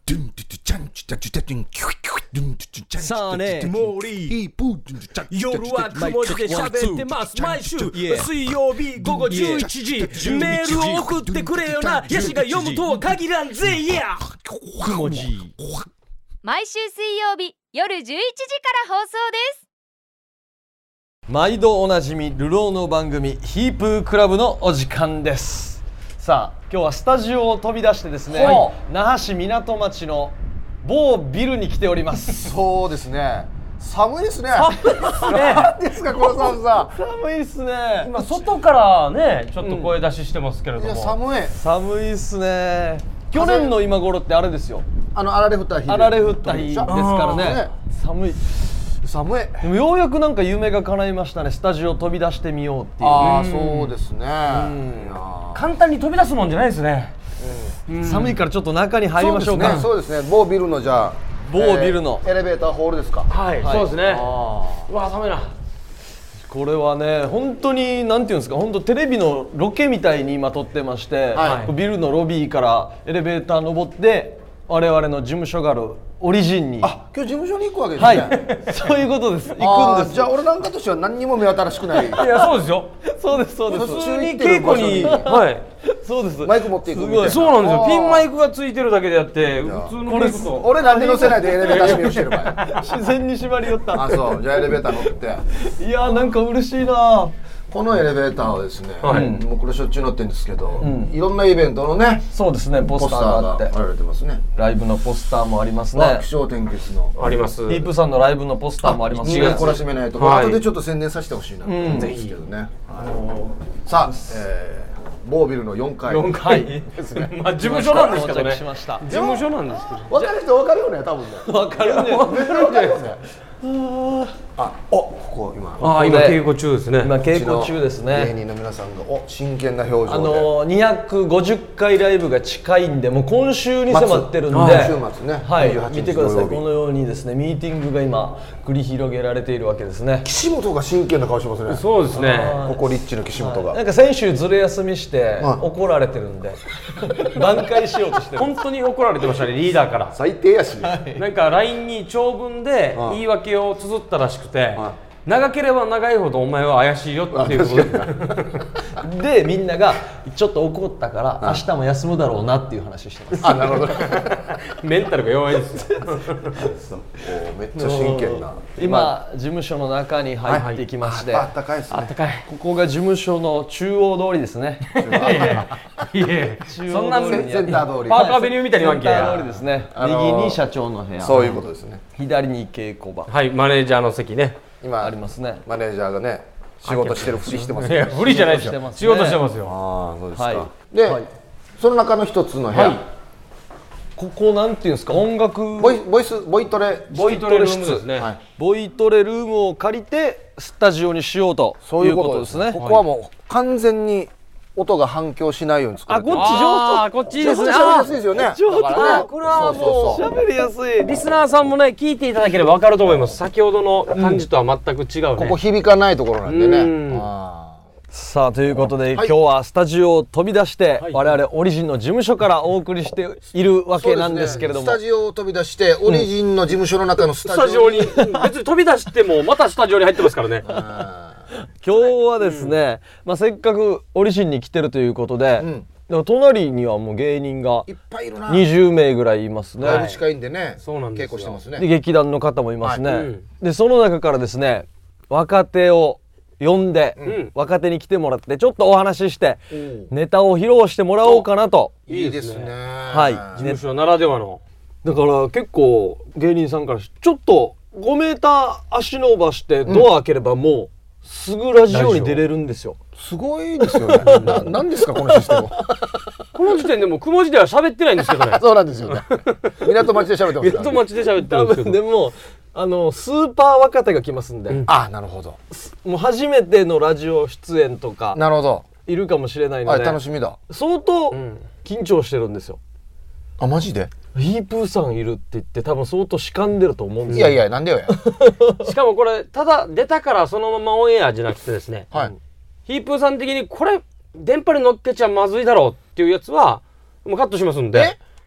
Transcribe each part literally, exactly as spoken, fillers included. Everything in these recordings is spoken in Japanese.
さあね、 森夜は雲字で喋ってます。毎週水曜日午後じゅういちじメールを送ってくれよな。ヤシが読むとは限らんぜ。いや雲字毎週水曜日夜じゅういちじから放送です。 毎度おなじみ流浪の番組ヒープークラブのお時間です。さあ今日はスタジオを飛び出してですね、はい、那覇市港町の某ビルに来ております。 そうですね、寒いですね。 寒いですね。 何ですかこの寒さ。 寒いですね。 今外からねちょっと声出ししてますけれども、 うん、いや寒い寒いですね。去年の今頃ってあれですよ、 あのあられ降った日あられ降った日ですからね。寒い寒い。 でもようやくなんか夢が叶いましたね。スタジオ飛び出してみようっていう。 ああそうですね。 簡単に飛び出すもんじゃないですね。 うん、寒いからちょっと中に入りましょうか。 そうですね、某ビルのじゃあ某ビルの、 えー、エレベーターホールですか。 はい、はい、そうですね。 あうわ寒いな。 これはね本当になんていうんですか、本当テレビのロケみたいに今撮ってまして、はい、ビルのロビーからエレベーター登って我々の事務所があるオリジンに。 あ、今日事務所に行くわけですね。 はい、そういうことです。行くんです。 じゃあ俺なんかとしては何にも目新しくない。いやそうですよ。 そうですそうです。 普通に稽古に、はい、 そうです。 マイク持っていくみたいな。 そうなんですよ。ピンマイクがついてるだけであって普通のマイクと。 俺なんで乗せないでエレベーター閉めようしてる場合。 自然に縛り寄った。 あ、そう。じゃあエレベーター乗って。 いやなんか嬉しいな。 このエレベーターはですね、 はい、 もうこれしょっちゅう乗ってるんですけど、うん、いろんなイベントのね、 そうですね、ポスターがあって貼られてますね。 ライブのポスターもありますね。 気象天気のあります。 ヒープさんのライブのポスターもあります。 にがつ懲らしめないと、はい、後でちょっと宣伝させてほしいなと思うんですけどね。さあ、えー、某ビルのよんかい。 よんかいですね。 まあ事務所なんですけどね。 しました。 事務所なんですけど。 分かる人分かるよね、多分ね。 分かるね。 分かるんじゃないですか。あ、お、ここ今。 あ、今稽古中ですね。 今稽古中ですね。 芸人の皆さんがお真剣な表情で。 あのにひゃくごじゅっかいライブが近いんで、もう今週に迫ってるんで。 今週末ね。 はい。見てください。このようにですね、ミーティングが今繰り広げられているわけですね。 岸本が真剣な顔してますね。 そうですね。 ここリッチの岸本が。 なんか先週ずれ休みして怒られてるんで、挽回しようとしてる。 本当に怒られてましたね、リーダーから。 最低やし。 なんか ライン に長文で言い訳を綴ったらしくて、長ければ長いほどお前は怪しいよっていうことでみんながちょっと怒ったから明日も休むだろうなっていう話してます。 あ、なるほど。 メンタルが弱いですよ。 めっちゃ真剣な。 今事務所の中に入ってきまして、 あったかいですね。 あったかい。 ここが事務所の中央通りですね。 いえ、そんなセンター通り、 パークアベニューみたいに言わんけや。 センター通りですね。右に社長の部屋。 そういうことですね。 左に稽古場。 はい、マネージャーの席ね。 今ありますね。 マネージャーがね仕事してるふりしてます。 いやふりじゃないですよ。仕事してますよ。 ああそうですか。でその中の一つの部屋。 ここなんていうんですか、音楽ボイボイスボイトレボイトレ室ですね。ボイトレルームを借りてスタジオにしようということですね。 ここはもう完全に音が反響しないように作られてる。 あ、こっち上手。 あ、こっちいいですね。 喋りやすいですよね。 上手だ。 これはもう喋りやすい。 リスナーさんもね聞いていただければ分かると思います。先ほどの感じとは全く違うね。 ここ響かないところなんでね。 さあということで今日はスタジオを飛び出して我々オリジンの事務所からお送りしているわけなんですけれども、 スタジオを飛び出してオリジンの事務所の中のスタジオに別に飛び出してもまたスタジオに入ってますからね。 今日はですね、まあせっかくオリジンに来てるということで、でも隣にはもう芸人がいっぱいいるな。 にじゅうめいぐらいいますね。 だいぶ近いんでね。 そうなんですよ。 稽古してますね。 で劇団の方もいますね。でその中からですね若手を呼んで、うん、若手に来てもらってちょっとお話しして、うん、ネタを披露してもらおうかなと。 いいですね。 はい。 事務所ならではの。 だから結構芸人さんからちょっとごメーター足伸ばしてドア開ければもうすぐラジオに出れるんですよ。 すごいですよね。な、なんですかこのシステム。 この時点でもう雲字では喋ってないんですけどね。 そうなんですよね。港町で喋ってます。 港町で喋ってるんですけど。 でもあのスーパー若手が来ますんで、うん、 あ、なるほど。 もう初めてのラジオ出演とかなるほどいるかもしれないので、 はい、楽しみだ。 相当緊張してるんですよ。 あ、マジで？ ヒープーさんいるって言って多分相当しかんでると思うんですよ。 いやいや、なんでよや。 しかもこれただ出たからそのままオンエアじゃなくてですね、 はい、 ヒープーさん的にこれ電波に乗っけちゃまずいだろうっていうやつはもうカットしますんで。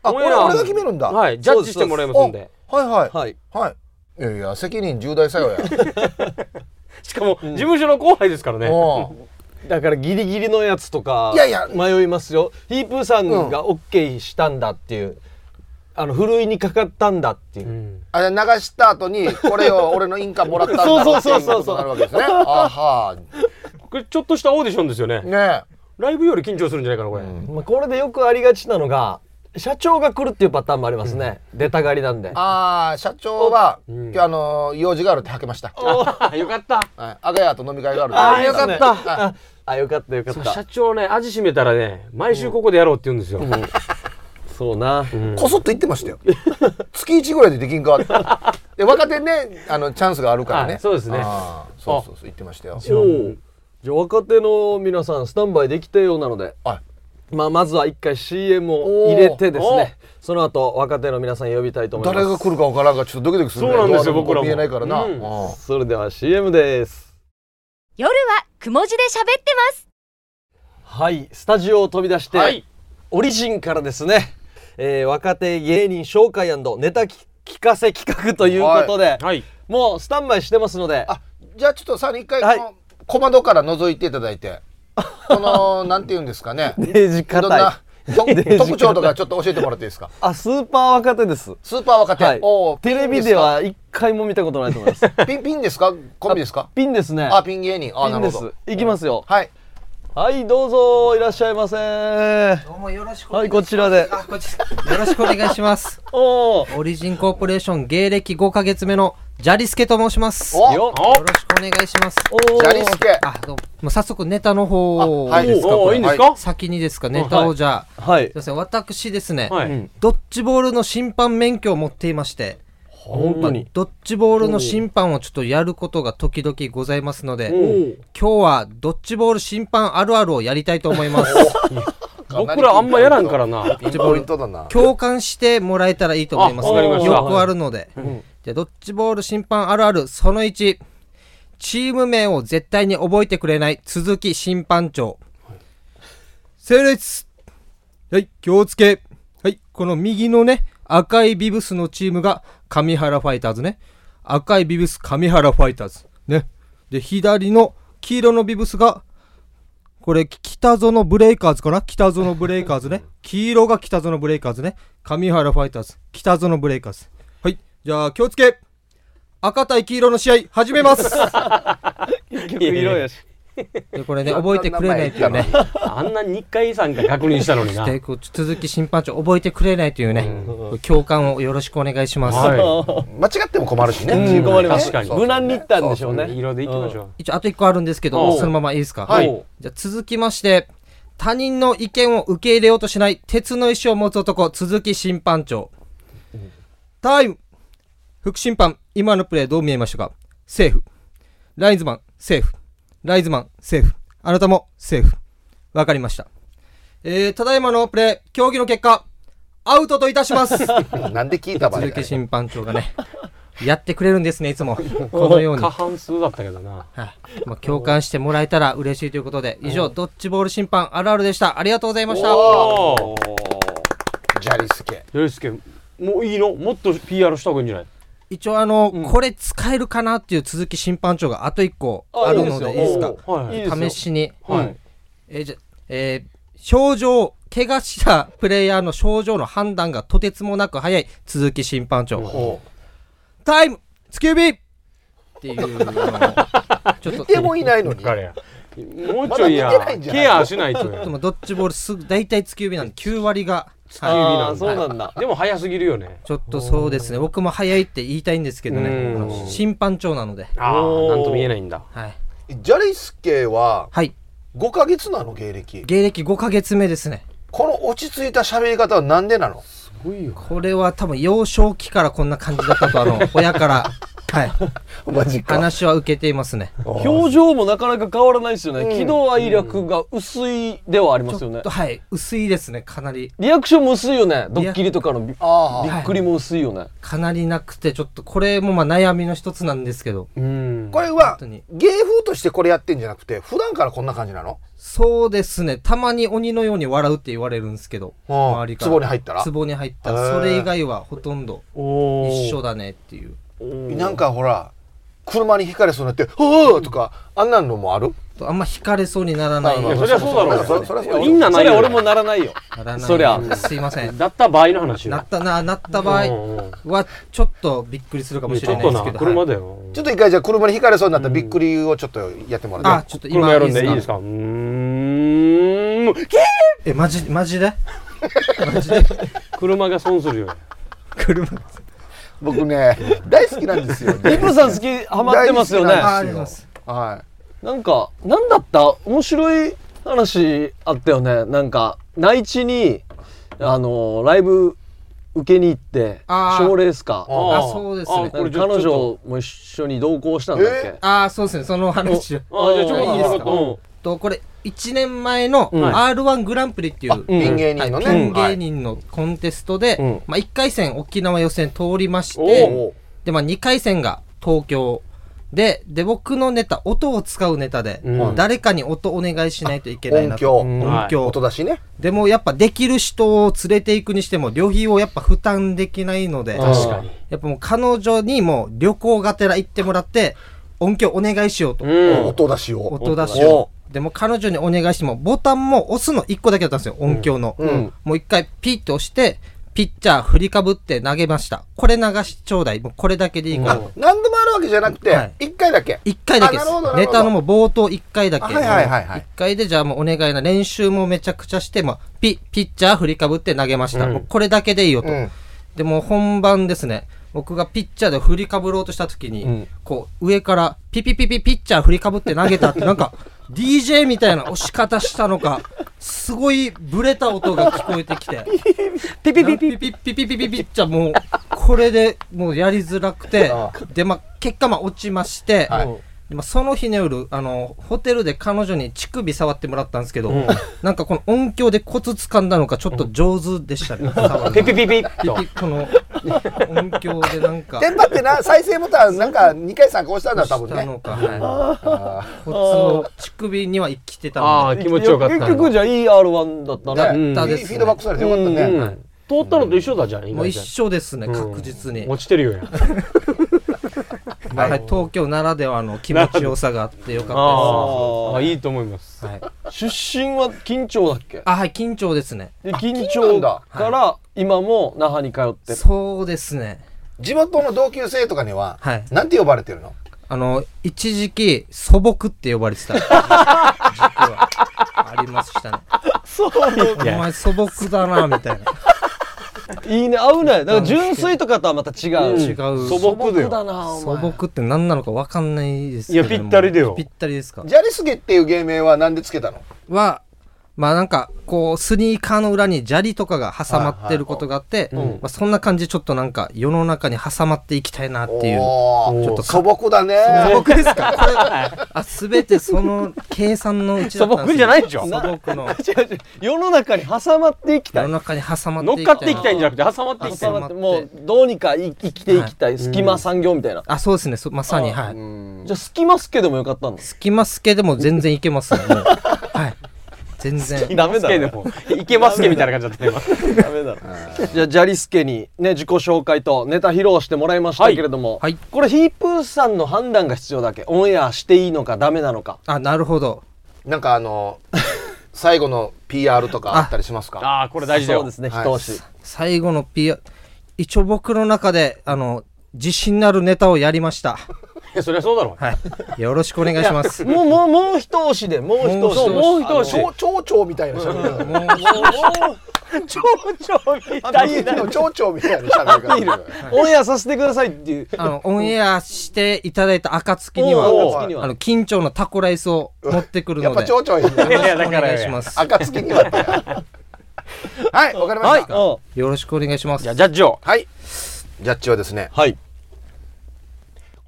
あ、俺俺が決めるんだ。 はい、ジャッジしてもらいますんで。 はいはいはいはい。いやいや責任重大さよや。 しかも事務所の後輩ですからね。 だからギリギリのやつとかいやいや迷いますよ。ヒープーさんが OK したんだっていう、あのふるいにかかったんだっていう、うん、 あれ流した後にこれを俺の印鑑もらったんだそうそうそうそうなるわけですね。あはこれちょっとしたオーディションですよね。 ねライブより緊張するんじゃないかなこれ、 うんまあ、これでよくありがちなのが社長が来るっていうパターンもありますね、うん、出たがりなんで。 ああ社長は、うん、今日あの用事があるってはけました。 あよかった、 はい、アガヤと飲み会がある。 ああよかった、 ああよかったよかった。 社長ね味しめたらね毎週ここでやろうって言うんですよ、うんうん、 そうな、 うん、こそっと言ってましたよ。月いちぐらいでできんかで若手ねあのチャンスがあるからね。 そうですね。 そうそうそう言ってましたよ。 じゃあ若手の皆さんスタンバイできてようなので、はい、まあまずは一回 シーエム を入れてですね、その後若手の皆さん呼びたいと思います。 誰が来るかわからんがちょっとドキドキするね。 そうなんですよ僕らも見えないからな、うん、 それでは シーエム です。 夜はくも字で喋ってます。 はい、スタジオを飛び出して、はい、オリジンからですね、えー、若手芸人紹介&ネタ聞かせ企画ということで、はい、もうスタンバイしてますので、 あじゃあちょっとさらに一回この、はい、小窓から覗いていただいてこのなんていうんですかねデージ硬いどんな特徴とかちょっと教えてもらっていいですか。 あスーパー若手です。 スーパー若手、はい、 おテレビでは一回も見たことないと思いますピンピンですかコンビですか。 ピンですね。 あピン芸人。あピンです。いきますよ、 うん、はいはいどうぞいらっしゃいませ。 どうもよろしくお願いします。 はいこちらで。 あこちらよろしくお願いします。 おオリジンコーポレーション芸歴ごかげつめのジャリスケと申します。 よよろしくお願いします。 ジャリスケ。 あどうも早速ネタの方はいですか。 これいいんですか。 先にですかネタをじゃあ、 はい、 すいません私ですね、 はい、 ドッジボールの審判免許を持っていまして、 本当にドッジボールの審判をちょっとやることが時々ございますので、今日はドッジボール審判あるあるをやりたいと思います。 僕らあんまやらんからな。 ピンポイントだな。 共感してもらえたらいいと思います。よくあるので、 うん、 じゃあドッジボール審判あるあるそのいち、チーム名を絶対に覚えてくれない鈴木審判長。整列。はい気をつけ。はいこの右のね赤いビブスのチームが上原ファイターズね。赤いビブス上原ファイターズね。で左の黄色のビブスがこれ北園ブレイカーズかな。北園ブレイカーズね。黄色が北園ブレイカーズね。上原ファイターズ北園ブレイカーズ。はいじゃあ気をつけ。赤対黄色の試合始めます。 結局色やし。 でこれね覚えてくれないというね。 あんなにかいさんが確認したのにな。 でこう鈴木審判長覚えてくれないというね、うん、共感をよろしくお願いします。はい、 間違っても困るしね。 うん、困ります。 確かに無難にいったんでしょうね。 色でいきましょう。 一応あといっこあるんですけどそのままいいですか。 はい。 じゃあ続きまして他人の意見を受け入れようとしない鉄の意志を持つ男鈴木審判長。うん、タイム副審判今のプレーどう見えましたか。セーフ。ラインズマンセーフ。ライズマンセーフ。あなたもセーフ。わかりました。えー、ただいまのプレー競技の結果アウトといたします。 なんで聞いたば鈴木審判長がねやってくれるんですねいつもこのように。 過半数だったけどな。 はい、まあ、共感してもらえたら嬉しいということで以上ドッジボール審判あるあるでした。ありがとうございました。 おジャリスケ。 ジャリスケもういいのもっと ピーアール した方がいいんじゃない。 一応あの、うん、これ使えるかなっていう鈴木審判長があといっこあるのでいいですか。 はい、 試しに、 はいえーじゃえー、症状怪我したプレイヤーの症状の判断がとてつもなく早い鈴木審判長。タイム突き指っていうのちょっと見てもいないのにもうちょいやケアしないと。 でもドッジボールすぐ大体突き指なんできゅうわりが突き指なんだ。そうなんだ。でも早すぎるよね。 ちょっとそうですね僕も早いって言いたいんですけどね審判長なのでああなんとも言えないんだ。 はい。 ジャリスケははいごかげつなの芸歴。 芸歴ごかげつめですね。 この落ち着いた喋り方はなんでなの。 すごいよ。これは多分幼少期からこんな感じだったとあの親からはいマジか。 話は受けていますね。 表情もなかなか変わらないですよね、喜怒哀楽が薄いではありますよね、 はい薄いですね。かなりリアクションも薄いよね、ドッキリとかのびびあっくりも薄いよね、 かなりなくて、ちょっとこれもまあ悩みの一つなんですけど、 うんこれは本当に芸風としてこれやってんじゃなくて普段からこんな感じなの？ そうですね。たまに鬼のように笑うって言われるんですけど、周りから壺に入ったら壺に入ったへーらそれ以外はほとんどおー一緒だねっていう。 なんかほら車にひかれそうになって「はあ!」とかあんなのもある？ あんま惹かれそうにならない。 いやそりゃそうだろうよそそりゃそうだよみんなないよそれは俺もならないよならないそりゃすいません。 だった場合の話よなったななった場合うんうんはちょっとびっくりするかもしちょっとなれないですけど。はい車だよちょっと一回じゃあ車にひかれそうになったらびっくりをちょっとやってもらって。 あちょっと今車やるんでいいいいですか。 ですかうーんえマジマジでマジで車が損するよ車僕ね大好きなんですよ。 リプさん好きハマってますよね大好きなんああります。 はなんかなんだった面白い話あったよね。なんか内地にあのライブ受けに行ってあー賞レースかああそうですねなんかあこれちょ彼女も一緒に同行したんだっけ、 えああそうですね。その話をあじゃあちょっといいですかよかったとこれいちねんまえのうんアールワン グランプリっていう、 うんい。ピン芸人のね。 はいピン芸人のコンテストで、 うんまあ、いっかい戦沖縄予選通りましおておで、まあ、にかい戦が東京でで僕のネタ音を使うネタで、 うん誰かに音お願いしないといけないなと。 音響、 はい音響、 音出しね。 でもやっぱできる人を連れていくにしても旅費をやっぱ負担できないので、 確かにやっぱもう彼女にもう旅行がてら行ってもらって音響お願いしようと、 うん音出しを。 音出しを。でも彼女にお願いしてもボタンも押すのいっこだけだったんですよ、音響の。 うんもう一回ピッと押してピッチャー振りかぶって投げました。これ流しちょうだい。もうこれだけでいいから。 何度もあるわけじゃなくてはい一回だけ。 一回だけですあなるほどなるほどネタのもう冒頭一回だけ。 あはいはいはいはい一回でじゃあもうお願いな練習もめちゃくちゃしてもピピッチャー振りかぶって投げました。 うんもうこれだけでいいよと。 うんでもう本番ですね。僕がピッチャーで振りかぶろうとした時に、 うんこう上からピピピピピッチャー振りかぶって投げたってなんか ディージェー みたいな押し方したのかすごいブレた音が聞こえてきてピピピピピピピピピピピッチャーもうこれでもうやりづらくてでまあ結果まあ落ちまして、 はいでまあ、その日の夜あのホテルで彼女に乳首触ってもらったんですけど、なんかこの音響でコツ掴んだのかちょっと上手でしたね、触るのピピピピッとピピこの音響でなんかテンパってな再生ボタンなんかにかいさんか押したんだ多分ね。 したのか、はあい、コツを乳首には生きてたのでああ気持ちよかった結局じゃあいい アールワン だったーね、 ねだですねフィードバックされてよかったうね。 ん通ったのと一緒だじゃんもう一緒ですね、確実に、 落ちてるよやまあはい、東京ならではの気持ちよさがあってよかったああいいと思いますです、はい、 出身は緊張だっけあはい緊張ですねで緊なん張だから今も那覇に通ってるそうですね地元の同級生とかにははいなんて呼ばれてるの？ あの一時期素朴って呼ばれてた時期はありましたねそうお前素朴だなみたいないいね合うねだから純粋とかとはまた違う、 違う素朴だよだなお素前朴って何なのか分かんないですけど、 いやぴったりだよぴったりですかジャリスゲっていう芸名はなんでつけたの？ はまあなんかこうスニーカーの裏に砂利とかが挟まってることがあって、 はいはいまあ、そんな感じでちょっとなんか世の中に挟まっていきたいなっていうおーちょっと素朴だね。 素朴ですかこれあ全てその計算のうちだったんですよ素朴じゃないでしょ素朴の違う違う世の中に挟まっていきたい世の中に挟まって乗っかっていきたいんじゃなくて挟まっていきたい挟まってもうどうにかい生きていきたい、隙間産業みたいな、 あそうですねそまさにあはいうんじゃあ隙間助でもよかったの隙間すけでも全然いけますねもうはい全然ダメだねでもいけますけみたいな感じだった今ダメだじゃあジャリスケにね自己紹介とネタ披露してもらいましたけれども、 はいはいこれヒープーさんの判断が必要だっけオンエアしていいのかダメなのかあなるほどなんかあの最後の ピーアール とかあったりしますか？ ああこれ大事だよそうですねはい一押し、 最後の ピーアール 一応僕の中であの自信のあるネタをやりましたいやそりゃそうだろはいよろしくお願いしますもうもうもう一押しでもう一押しそうもう一押し蝶蝶々みたいな喋り方。 もう蝶々みたいな蝶々みたいな喋り方。 オンエアさせてくださいっていうあのオンエアしていただいた暁にはおー暁にはあの緊張のタコライスを持ってくるのでやっぱ蝶々いいね。 いやだおから願いします暁にはって。はいわかりました。 うんよろしくお願いしますじゃあジャッジをはい。ジャッジはですね。 はい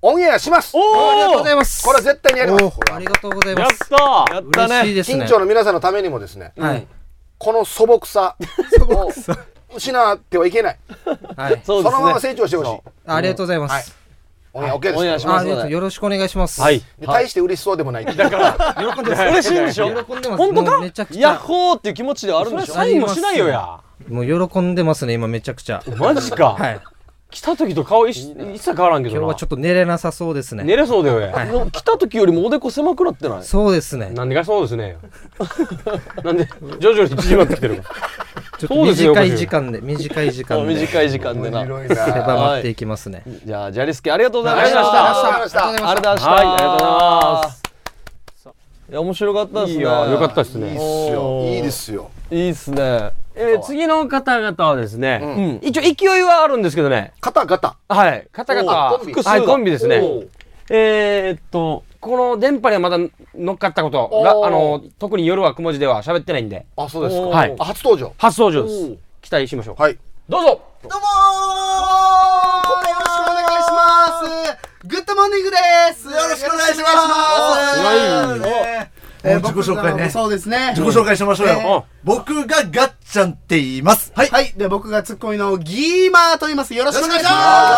オンエアします。 おありがとうごおざいます。 これは絶対にやります。 おーありがとうございやっます。 たやったね嬉しいですね。 近所の皆さんのためにもですね、 はいこの素朴さを失ってはいけない。 はい。 そうですそのままね成長してほしい。 ありがとうございまはいす。 オンエア OK です。 オンエアしますあありがとうよろしくお願いします。 はいで大して嬉しそうでもない。だから喜んでます。 嬉しいんでしょ喜んでます。 本当かもうめちゃくちヤッゃ。 ホーっていう気持ちではあるんそれでしょサインもしないよやもう喜んでますね今めちゃくちゃ。 マジかはい。 来た時と顔一一切変わらんけどな今日はちょっと寝れなさそうですね。 寝れそうだよやはい来た時よりもおでこ狭くなってないそうですね。 なんでかそうですねなんで徐々に縮まってきてるかちょっとそうですよ短い時間で短い時間で短い時間でな広いな。 狭まっていきますね。 じゃあジャリスケありがとうございましたありがとうございましたありがとうございましたはいありがとうございますいや面白かったですねいいやよかったですねいいっすよ。いいですよ。 いいっすねえー次の方々はですうねん一応勢いはあるんですけどね方々。 はい方々 おコンビはいコンビですねおうえーっとこの電波にはまだ乗っかったことおーらあの特に夜はくも字では喋ってないんであ、そうですか。 はいあ初登場。 初登場です期待しましょうはい。 どうぞどうもーよろしくお願いしますグッドモーニングですよろしくお願いしますはいえーもう自己紹介ね僕そうですね自己紹介しましょうよ、 えー僕がガッチャンって言いますはい、 はいで僕がツッコミのギーマーと言いますよろしくお願いし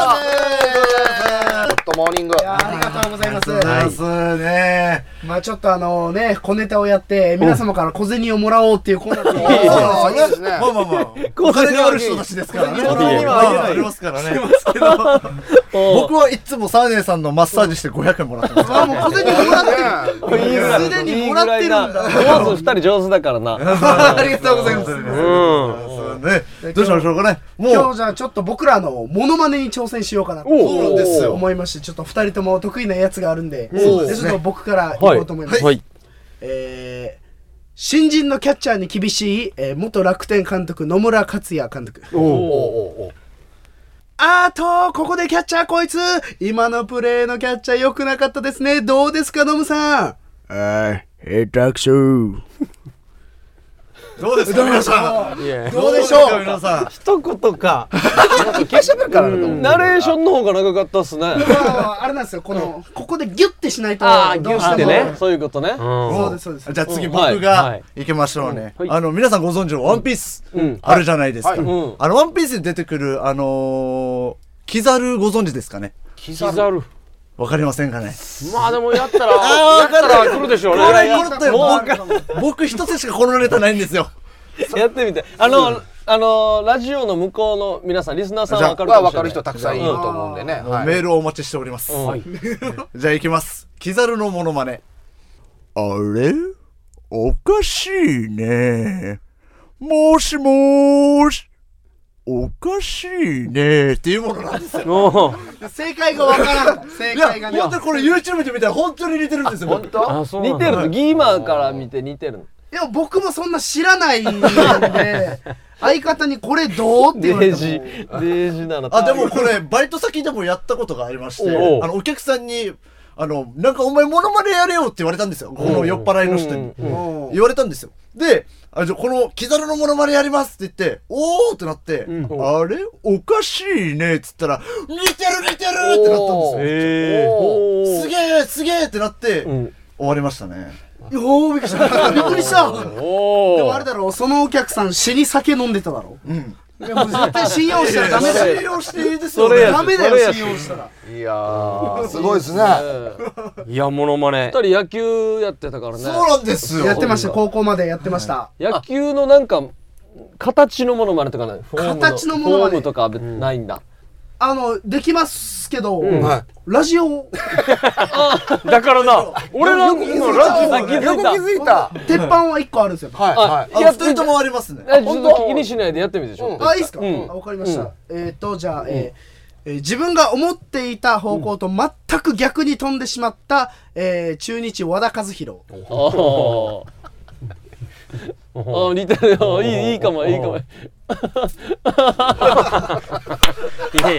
ますグッドモーニング。 いやーありがとうございますありがとうございますねまあちょっとあのね小ネタをやって皆様から小銭をもらおうっていうコーナーでいいですねあいいですね。 まあまあまあお金がある人たちですからね小銭にはあげないまあありますからね僕はいつもサーネーさんのマッサージしてごひゃくえんもらってますあもう小銭もらってるねいいぐらいすでにもらってるんだ上手二人上手だからなありがとうございますうんそうねどうしましょうかねもう今日じゃあちょっと僕らのモノマネに挑戦しようかなとそうなんですよ思いましてちょっと二人とも得意なやつがあるんでそうですねでちょっと僕からいこうと思います、 はいえー新人のキャッチャーに厳しい、えー元楽天監督野村克也監督おおおお。 あーとここでキャッチャーこいつ今のプレーのキャッチャー良くなかったですねどうですかノムさんあー下手くそどうですか皆さんいやどうでしょうどですか皆さん一言かいっぱい喋るからなと思う。 ナレーションの方が長かったっすねまああれなんですよこのここでギュッてしないとあーどうしてもギュッてねそういうことねそうですそうですじゃあ次うん僕はがい行きましょうね、 はいあの皆さんご存知のワンピースうんあるじゃないですか、 はいうんあのワンピースに出てくるあのー、キザルご存知ですかねキザルわかりませんかねまあでもやったらやったら来るでしょうねこれこれってもう僕僕一つしかこのネタないんですよやってみてあのあのラジオの向こうの皆さんリスナーさんは分かるかは分かるもしれない人たくさんいると思うんでね。 もうはいメールをお待ちしております、 はいじゃあ行きますキザルのモノマネあれおかしいねもしもーしおかしいねっていうものなんですよおー正解がわからん正いや解がね本当にこれ YouTube で見たら本当に似てるんですよ本当？ あそうなんだ似てるのギーマーから見て似てるのいや僕もそんな知らないんで相方にこれどうってデ言われージてもデージなのあでもこれバイト先でもやったことがありましておうあのお客さんにあのなんかお前モノマネやれよって言われたんですよこの酔っ払いの人にうんうんうん言われたんですよであじゃあこのキザルのモノマネやりますって言っておーってなって、あれおかしいねっつったら似てる似てるってなったんですよえおーすげえすげえってなって、 ん終わりましたねおーびっくりしたびっくりしたでおもあれだろうそのお客さん死に酒飲んでただろうんいやもう絶対信用したらダメだよ信用していいですよねそれやダメだそれやよ信用したらいやーすごいですね。 いやモノマネ二人野球やってたからねそうなんですよやってました高校までやってました野球のなんか形のものまねとかねフォーム形のものまねフォームとかは別にないんだあのできますけどはラジオだからな俺の今ラジオあ気づいたよく気づいた。 鉄板はいっこあるんですよはいはい。 あのふたりともありますねえちょっと気にしないでやってみてちょっとあいいっすかうんあわかりましたえっとじゃあえーえー自分が思っていた方向と全く逆に飛んでしまったえー中日和田和弘ああ似てるよいいいいかもいいかもいやいや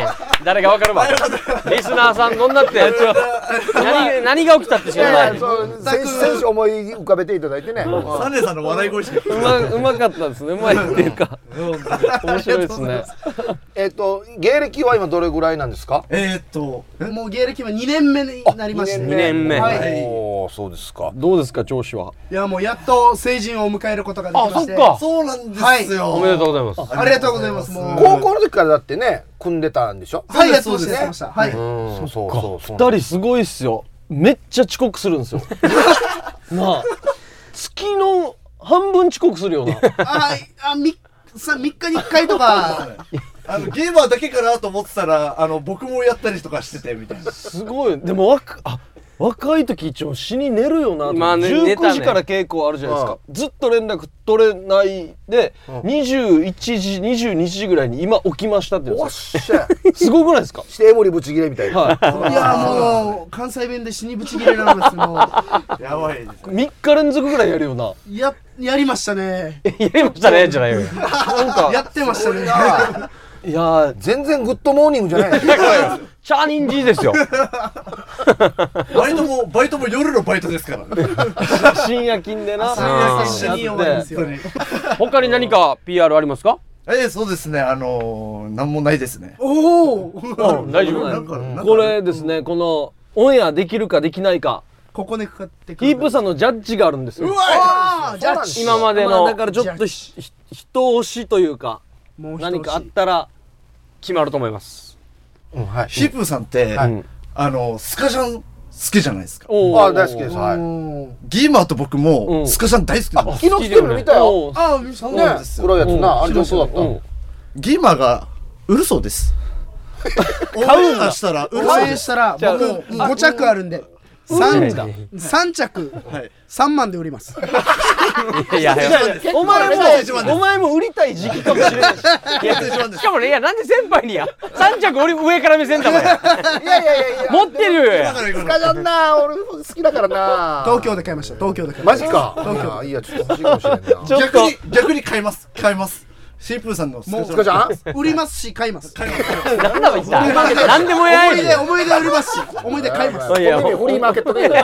誰かわかるわ。リスナーさん飲んだってやっちゃう。何何が起きたって知らない。 選手選手思い浮かべていただいてね。 サネさんの笑い声しか聞こうまうまかったですね。うまいっていうか面白いですね。 えっと芸歴は今どれぐらいなんですか？ えーっともう芸歴はにねんめになりまして、 にねんめ。 はい。 おお、そうですか。 どうですか調子は？ いやもうやっと成人を迎えることができまして。 あ、そっか。 そうなんですよ。 おめでとうございます。 ありがとうございます。もう高校の時からだってね組んでたんでしょ？ はい、やってました、やってました。はい。 うん、そうそうそう。 二人すごいっすよ。めっちゃ遅刻するんですよ。なあ、月の半分遅刻するよな。 あ、あ、みさみっかにいっかいとか。 あのゲーマーだけかなと思ってたら、あの僕もやったりとかしててみたいな。 すごい。でもわかあ若い時一応死に寝るよなと、 まあねじゅうくじから稽古あるじゃないですか、ずっと連絡取れないで、にじゅういちじにじゅうにじぐらいに今起きましたって言うんですよ。すごくないですか？ して森ぶち切れみたいな。 はいやもう関西弁で死にぶち切れなんですもうやばいです。 みっか連続ぐらいやるよな。 ややりましたね。 やりましたねじゃないよ。 なんかやってましたね。 いやー全然グッドモーニングじゃない。 チャーニンジーですよ。 バイトもバイトも夜のバイトですからね。 深夜勤でな。 一緒に終わるんですよ。 他に何か ピーアール ありますか？ えー、そうですね。あのー、なんもないですね。 おお。 大丈夫。 なんかなんかこれですね、このオンエアできるかできないか、 ここでかかってくる。 ヒープさんのジャッジがあるんですよ。 ああ、ジャッジ。 今までまあのだからちょっとひひ一押しというかもう一押し何かあったら。 決まると思います。 うん、はい。 ヒープーさんって、 はいあのスカジャン好きじゃないですか。 おーあ、大好きです。はい。 おギーマーと僕うもんスカジャン大好きなんです。 昨日着てるの見たよ。 おーああ、そうねなんですよ黒いやつな、 うんあれ上手だった。 うんギーマーが売るそうです。買うんだしたら売る応そうです。 援したらじゃあ僕ご着あるんでうん三だ三着はい。 三万で売ります。 いやいや。 お前結構一番ですもお前も売りたい時期かもしれないし。 いやしかもね、いやなんで先輩にや三着俺上から目線だもんや。 いやいやいやいや。 持ってるよや。 スカジャンな、俺好きだからな。 東京で買いました。東京で買いました。 マジか。東京。いや、ちょっと欲しいかもしれんな。 ちょっと逆に逆に買います買います。シープーさんのスカジスカジャンャン？ 売りますし買います。 買います買います。 なんだ言った。なんでもや思い出い。 思い出売りますし思い出買います。 いやフリーマーケットで。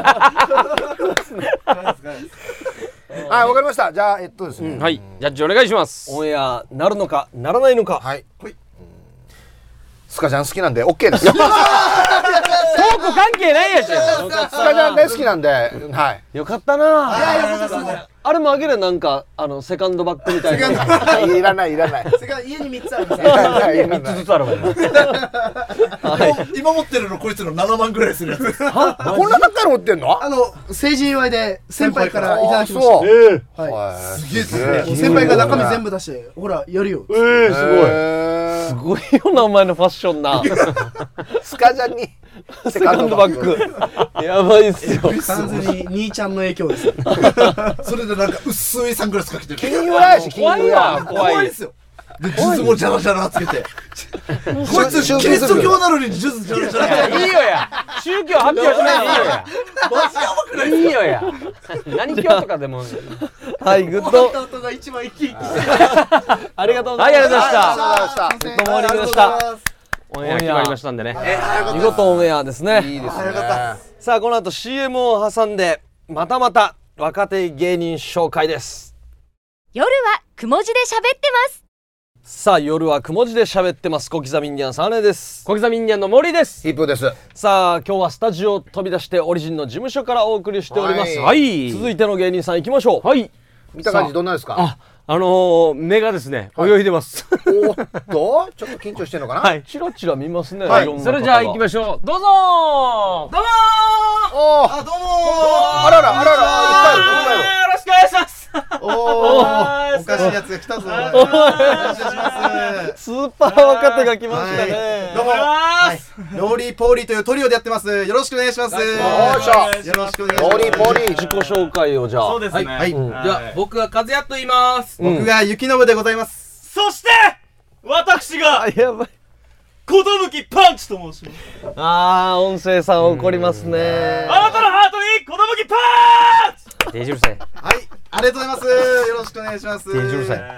はい、わかりました。じゃあ、えっとですね。 はい、ジャッジお願いします。 オンエアなるのかならないのか。 はい。スカジャン好きなんで OK です。ストーク関係ないやし。 カジャン大好きなんで、はい。 よかったな。あれもあげるなんかあのセカンドバッグみたいな。 いらないいらない。 それから家に三つあるんですいらないいら三ないつずつあるわよ。 今持ってるのこいつのななまんぐらいするやつです。 こんな高いの持ってんの？ あの成人祝いで先輩からいただきましあそうた。はい。 すげえですね。 もう先輩が中身全部出してほらやるよ。 えー、すごい。 すすごいよなお前のファッションな。 スカジャンにセカンドバッグ。やばいっすよ。 完全に兄ちゃんの影響です。 それでなんか薄いサングラスかけてる。 金融やし、金怖い融わや。 怖い怖いですよ。で、ジュズもジャラジャラつけて。こいつ宗教キリスト教なのにジュズジャラジャラ。 いいよや。宗教発表しないでいいよや。いいよや。何教とかでも。 はいグッド。 音が一番生き生き。 ありがとうごはい、 ざいます。 ありがとうございました。 あグッドモーニングでした。 オンエア決まりましたんでね。 見事オンエアですね。 いいですね。 さあこの後 シーエム を挟んでまたまた若手芸人紹介です。 夜はくも字で喋ってます。 さあ夜はくも字で喋ってます。小刻みインディアンサネです。 小刻みインディアンの森です。 ヒップです。 さあ今日はスタジオを飛び出してオリジンの事務所からお送りしております。 はいはい。 続いての芸人さん行きましょう。 はい。 見た感じどんなですか？ あ、あのー、目がですね、泳いでます。 おっと、ちょっと緊張してんのかな？ はい。 チラチラ見ますね。 はいいろんなそれじゃあ行きまししょう。どうぞー。どうもおー、 あ、どうもあらら、あらら、いっぱいいる、いっぱいいる。 よろしくお願いします。 おー、おかしいやつが来たぞ。お願いします。 スーパー若手が来ましたね。 どうも、はい、ローリーポーリーというトリオでやってます。よろしくお願いします。よよいしょ。 ろしくお願いします。 ポリポリ。 自己紹介をじゃあ。 そうですね。 はい、 うんでは、僕は和也と言います。 うん僕が雪信でございます。 そして、私があ、やばい。 寿パンチと申します。 あー音声さん怒りますね。 あなたのハートに寿パンチ。 デージうるさい。 はい、ありがとうございます。よろしくお願いします。 デージうるさい。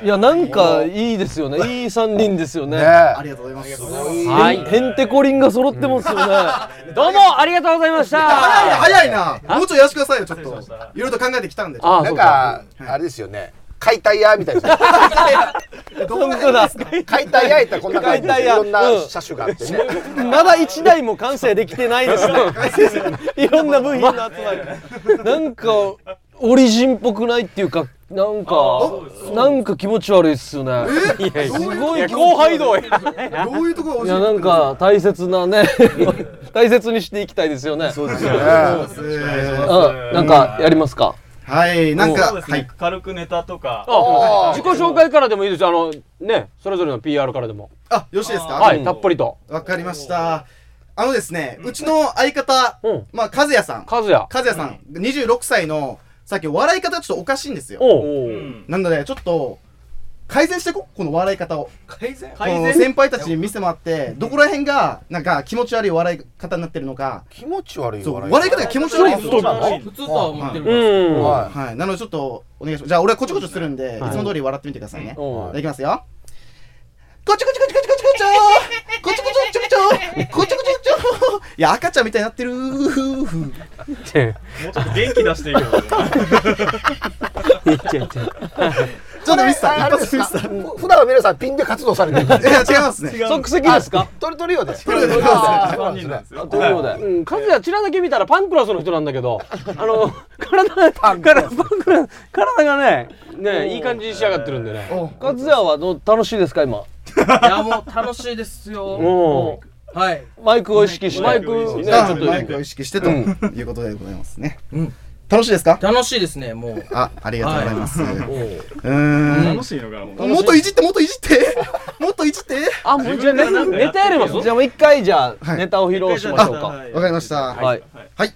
いやなんかいいですよね。いい三人ですよね。 ありがとうございます。 はい。へんてこりんが揃ってますよね。 どうもありがとうございました。 早い早いな。もうちょいやらしてくださいよちょっと。いろいろと考えてきたんで。 なんかあれですよね。解体屋みたいな。 本当だ。 解体屋やったらこんな感じでいろんな車種があってね。 まだ一台も完成できてないですね。いろんな部品の集まり。なんかオリジンっぽくないっていうか。なんかなんか気持ち悪いっすよね。すごい後輩道。 どういうところがいやなんか大切なね大切にしていきたいですよね。 そうですよね。 なんかやりますか。 はいなんか軽くネタとか。 自己紹介からでもいいですよ。あのねそれぞれの ピーアール からでも。 あよろしいですか。 はいたっぷりと。 わかりました。あのですねうちの相方まあ和也さん。 和也。 和也さんにじゅうろくさいのさっき笑い方ちょっとおかしいんですよ。なのでちょっと改善していこうこの笑い方を。 改善この先輩たちに見せてもらってどこら辺がなんか気持ち悪い笑い方になってるのか。 気持ち悪い笑い方。笑い方が気持ち悪いんですよ。 普通とは思ってる。 はいなのでちょっとお願いします。じゃあ俺はこちょこちょするんでいつも通り笑ってみてくださいね。いきますよ。こちょこちょこちょこちょこちょこちょこちょこちょこちょこちょこちょこちょいや赤ちゃんみたいになってる。もうちょっと元気出していいよ。 ちょっとミスター一発ミスター。普段は皆さんピンで活動されてる。いや違いますね。 即席ですか。 トリトリオです。 トリオで。 三人なんですよ。 トリオで。 うん、カズヤチラだけ見たらパンクラスの人なんだけど、あの体パンクラス体がねねいい感じに仕上がってるんでね。 カズヤはどう楽しいですか今。 いやもう楽しいですよ。はい。 マイクを意識して。 マイクねちょっとマイクを意識してということでございますね。楽しいですか。 楽しいですねもう。 あありがとうございます。うん楽しいのがもっといじってもっといじってもっといじって。 あもうじゃあネタやれます。 じゃあもう一回じゃあネタを披露しましょうか。 わかりました。 はいはい。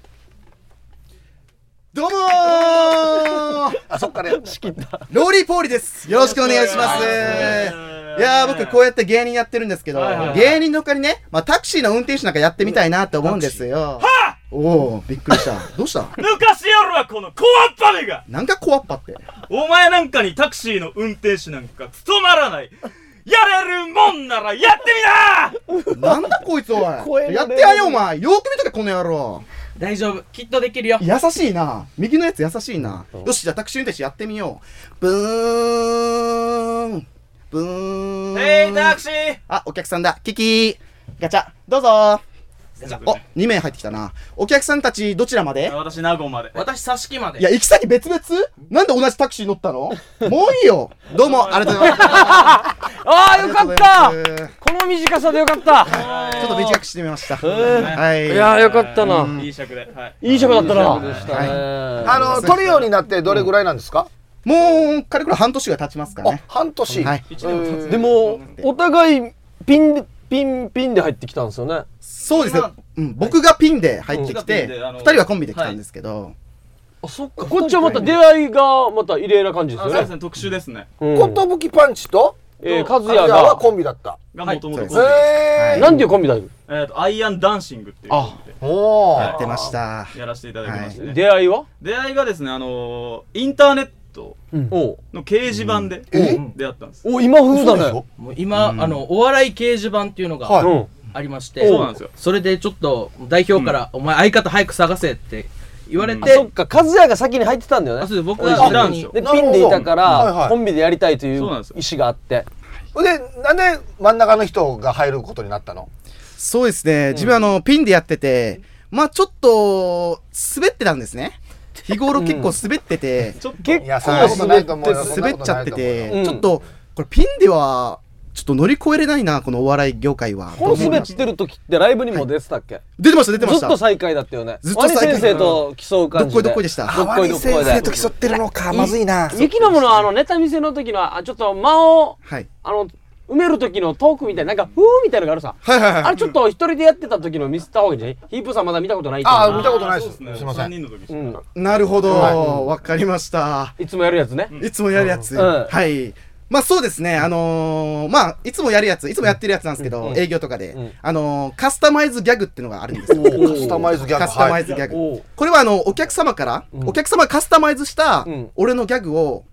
どうもー。 あそっから仕切った。 ローリーポーリです。よろしくお願いします。いやー僕こうやって芸人やってるんですけど芸人のほかにねまあタクシーの運転手なんかやってみたいなって思うんですよ。おおびっくりした。どうした。 抜かしやろはこの小わっぱめが。 なんか小わっぱって。 お前なんかにタクシーの運転手なんか務まらない。やれるもんならやってみな。 なんだこいつおい。やってやれよお前。よく見とけこの野郎。 大丈夫きっとできるよ。 優しいな。右のやつ優しいな。よしじゃあタクシー運転手やってみよう。ブーンブーン。 へいタクシー。 あお客さんだ。キキガチャどうぞ。おにめい入ってきたな。お客さんたちどちらまで。 私名護まで。 私佐敷まで。 いや行き先別々。なんで同じタクシー乗ったの。もういいよ。どうもありがとうございます。 ああよかった。この短さでよかった。 ちょっと短くしてみました。はい。 いやよかったな。 いい尺で。 いい尺だったな。 あのトリオになってどれぐらいなんですか。 もうかれこれ半年が経ちますからね。 半年。 でもお互いピンピンピンで入ってきたんですよね。 そうですね。僕がピンで入ってきてふたりはコンビで来たんですけど。 あそっか。 こっちはまた出会いがまた異例な感じですよね。 そうですね特殊ですね。 コトブキパンチと和也がコンビだった。 がもともとコンビ。なんていうコンビだ。 えっとアイアンダンシングっていう。 あおおやってました。 やらせていただきました。 出会いは。 出会いがですねあのインターネットの掲示板で出会ったんです。 お今風だね。 もう今あのお笑い掲示板っていうのがありまして、 そうなんですよ。 それでちょっと代表からお前相方早く探せって言われて。 そっか和也が先に入ってたんだよね。 僕は先にでピンでいたからコンビでやりたいという意思があって。 でなんで真ん中の人が入ることになったの。 そうですね自分あのピンでやっててまあちょっと滑ってたんですね。日頃結構滑ってて結構滑って滑っちゃっててちょっとこれピンではちょっと乗り越えれないなこのお笑い業界は。 この滑ってる時ってライブにも出てたっけ。 出てました出てました。 ずっと最下位だったよね。 ずっと最下位。 ワニ先生と競う感じで。 どっこいどっこいでした。 ワニ先生と競ってるのかまずいな。 雪のものあのネタ見せの時のちょっと間をあの埋める時のトークみたいななんかふーみたいなのがあるさ。 はいはいはい。 あれちょっと一人でやってた時の見せた方がいいんじゃない。ヒープさんまだ見たことない。 ああ見たことないです。すみません。 なるほどわかりました。 いつもやるやつね。 いつもやるやつ。はい。まあそうですねあのー、まあいつもやるやついつもやってるやつなんですけど、うん、営業とかで、うん、あのー、カスタマイズギャグっていうのがあるんですよ。 カスタマイズギャグ。 カスタマイズギャグ、はい、これはあのお客様から、うん、お客様がカスタマイズした俺のギャグを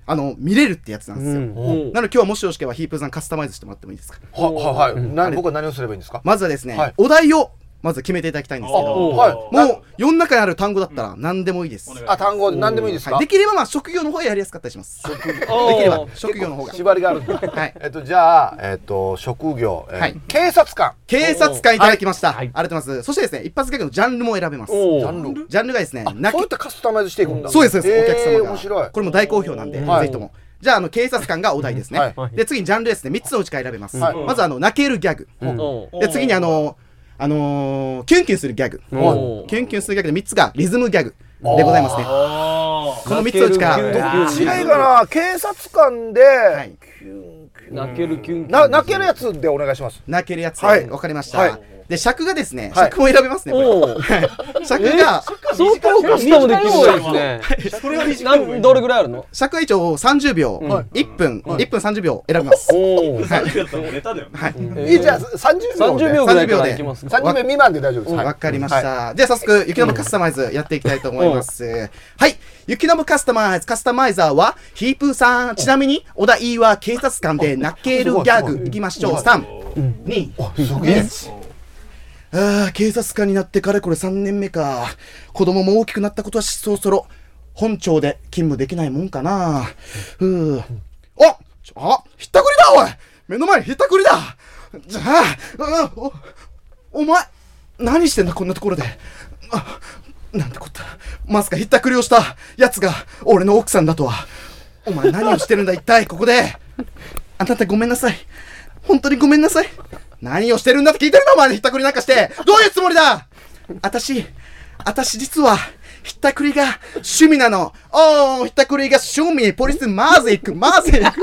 あの見れるってやつなんですよ、 うんなので今日はもしよろしければヒープーさんカスタマイズしてもらってもいいですか。 ははいはい、な僕は何をすればいいんですか。 まずはですね、 はいお題をまず決めていただきたいんですけど、 はいもう世の中にある単語だったら何でもいいです。 あ、単語で何でもいいですか。 はい、できればまあ職業の方がやりやすかったりします。できれば職業の方が縛りがあるんだ。はい。えっとじゃあえっと職業、えーはい警察官。 警察官いただきました。ありがとうございます。そしてですね、一発ギャグのジャンルも選べます。ジャンルジャンルがですね、 そういったカスタマイズしていくんだ。 そうですそうです。お客様が。 面白い。 これも大好評なんで、ぜひとも。じゃああの警察官がお題ですね。で次にジャンルですね、みっつのうちから選べます。まずあの泣けるギャグ。で次にあのあのー、キュンキュンするギャグ、キュンキュンするギャグでみっつがリズムギャグでございますね。このみっつのうちからどっちがいいかな。警察官で、はい、 泣けるキュンキュン泣けるやつでお願いします。 泣けるやつ、はい、わかりました。はい、で尺がですね、尺も選べますね。尺が相当カスタムできるんですね。それは短い。どれぐらいあるの？ 尺は一応さんじゅうびょう、いっぷん、いっぷんさんじゅうびょう選べます。おお。 さんじゅうびょうだったらネタだよね。 はい。 いいじゃあさんじゅうびょう。 さんじゅうびょうぐらいからいきます。 さんじゅうびょう未満で大丈夫です。 わかりました。では早速雪のカスタマイズやっていきたいと思います。はい。雪のカスタマイズカスタマイザーはヒープーさん。ちなみにお題は警察官で泣けるギャグいきましょう。さん、に、いち。ああ、警察官になってかれこれさんねんめか。子供も大きくなったことはそろそろ本庁で勤務できないもんかな。うーああひったくりだおい、目の前にひったくりだ。じゃあおお前何してんだこんなところで。あなんてこった。まさかひったくりをしたやつが俺の奥さんだとは。お前何をしてるんだ一体ここで。あなたごめんなさい、本当にごめんなさい。何をしてるんだって聞いてるのお前。ひったくりなんかしてどういうつもりだ。あたしあたし実はひったくりが趣味なの。おーひったくりが趣味。ポリスマーゼ行くマーゼ行く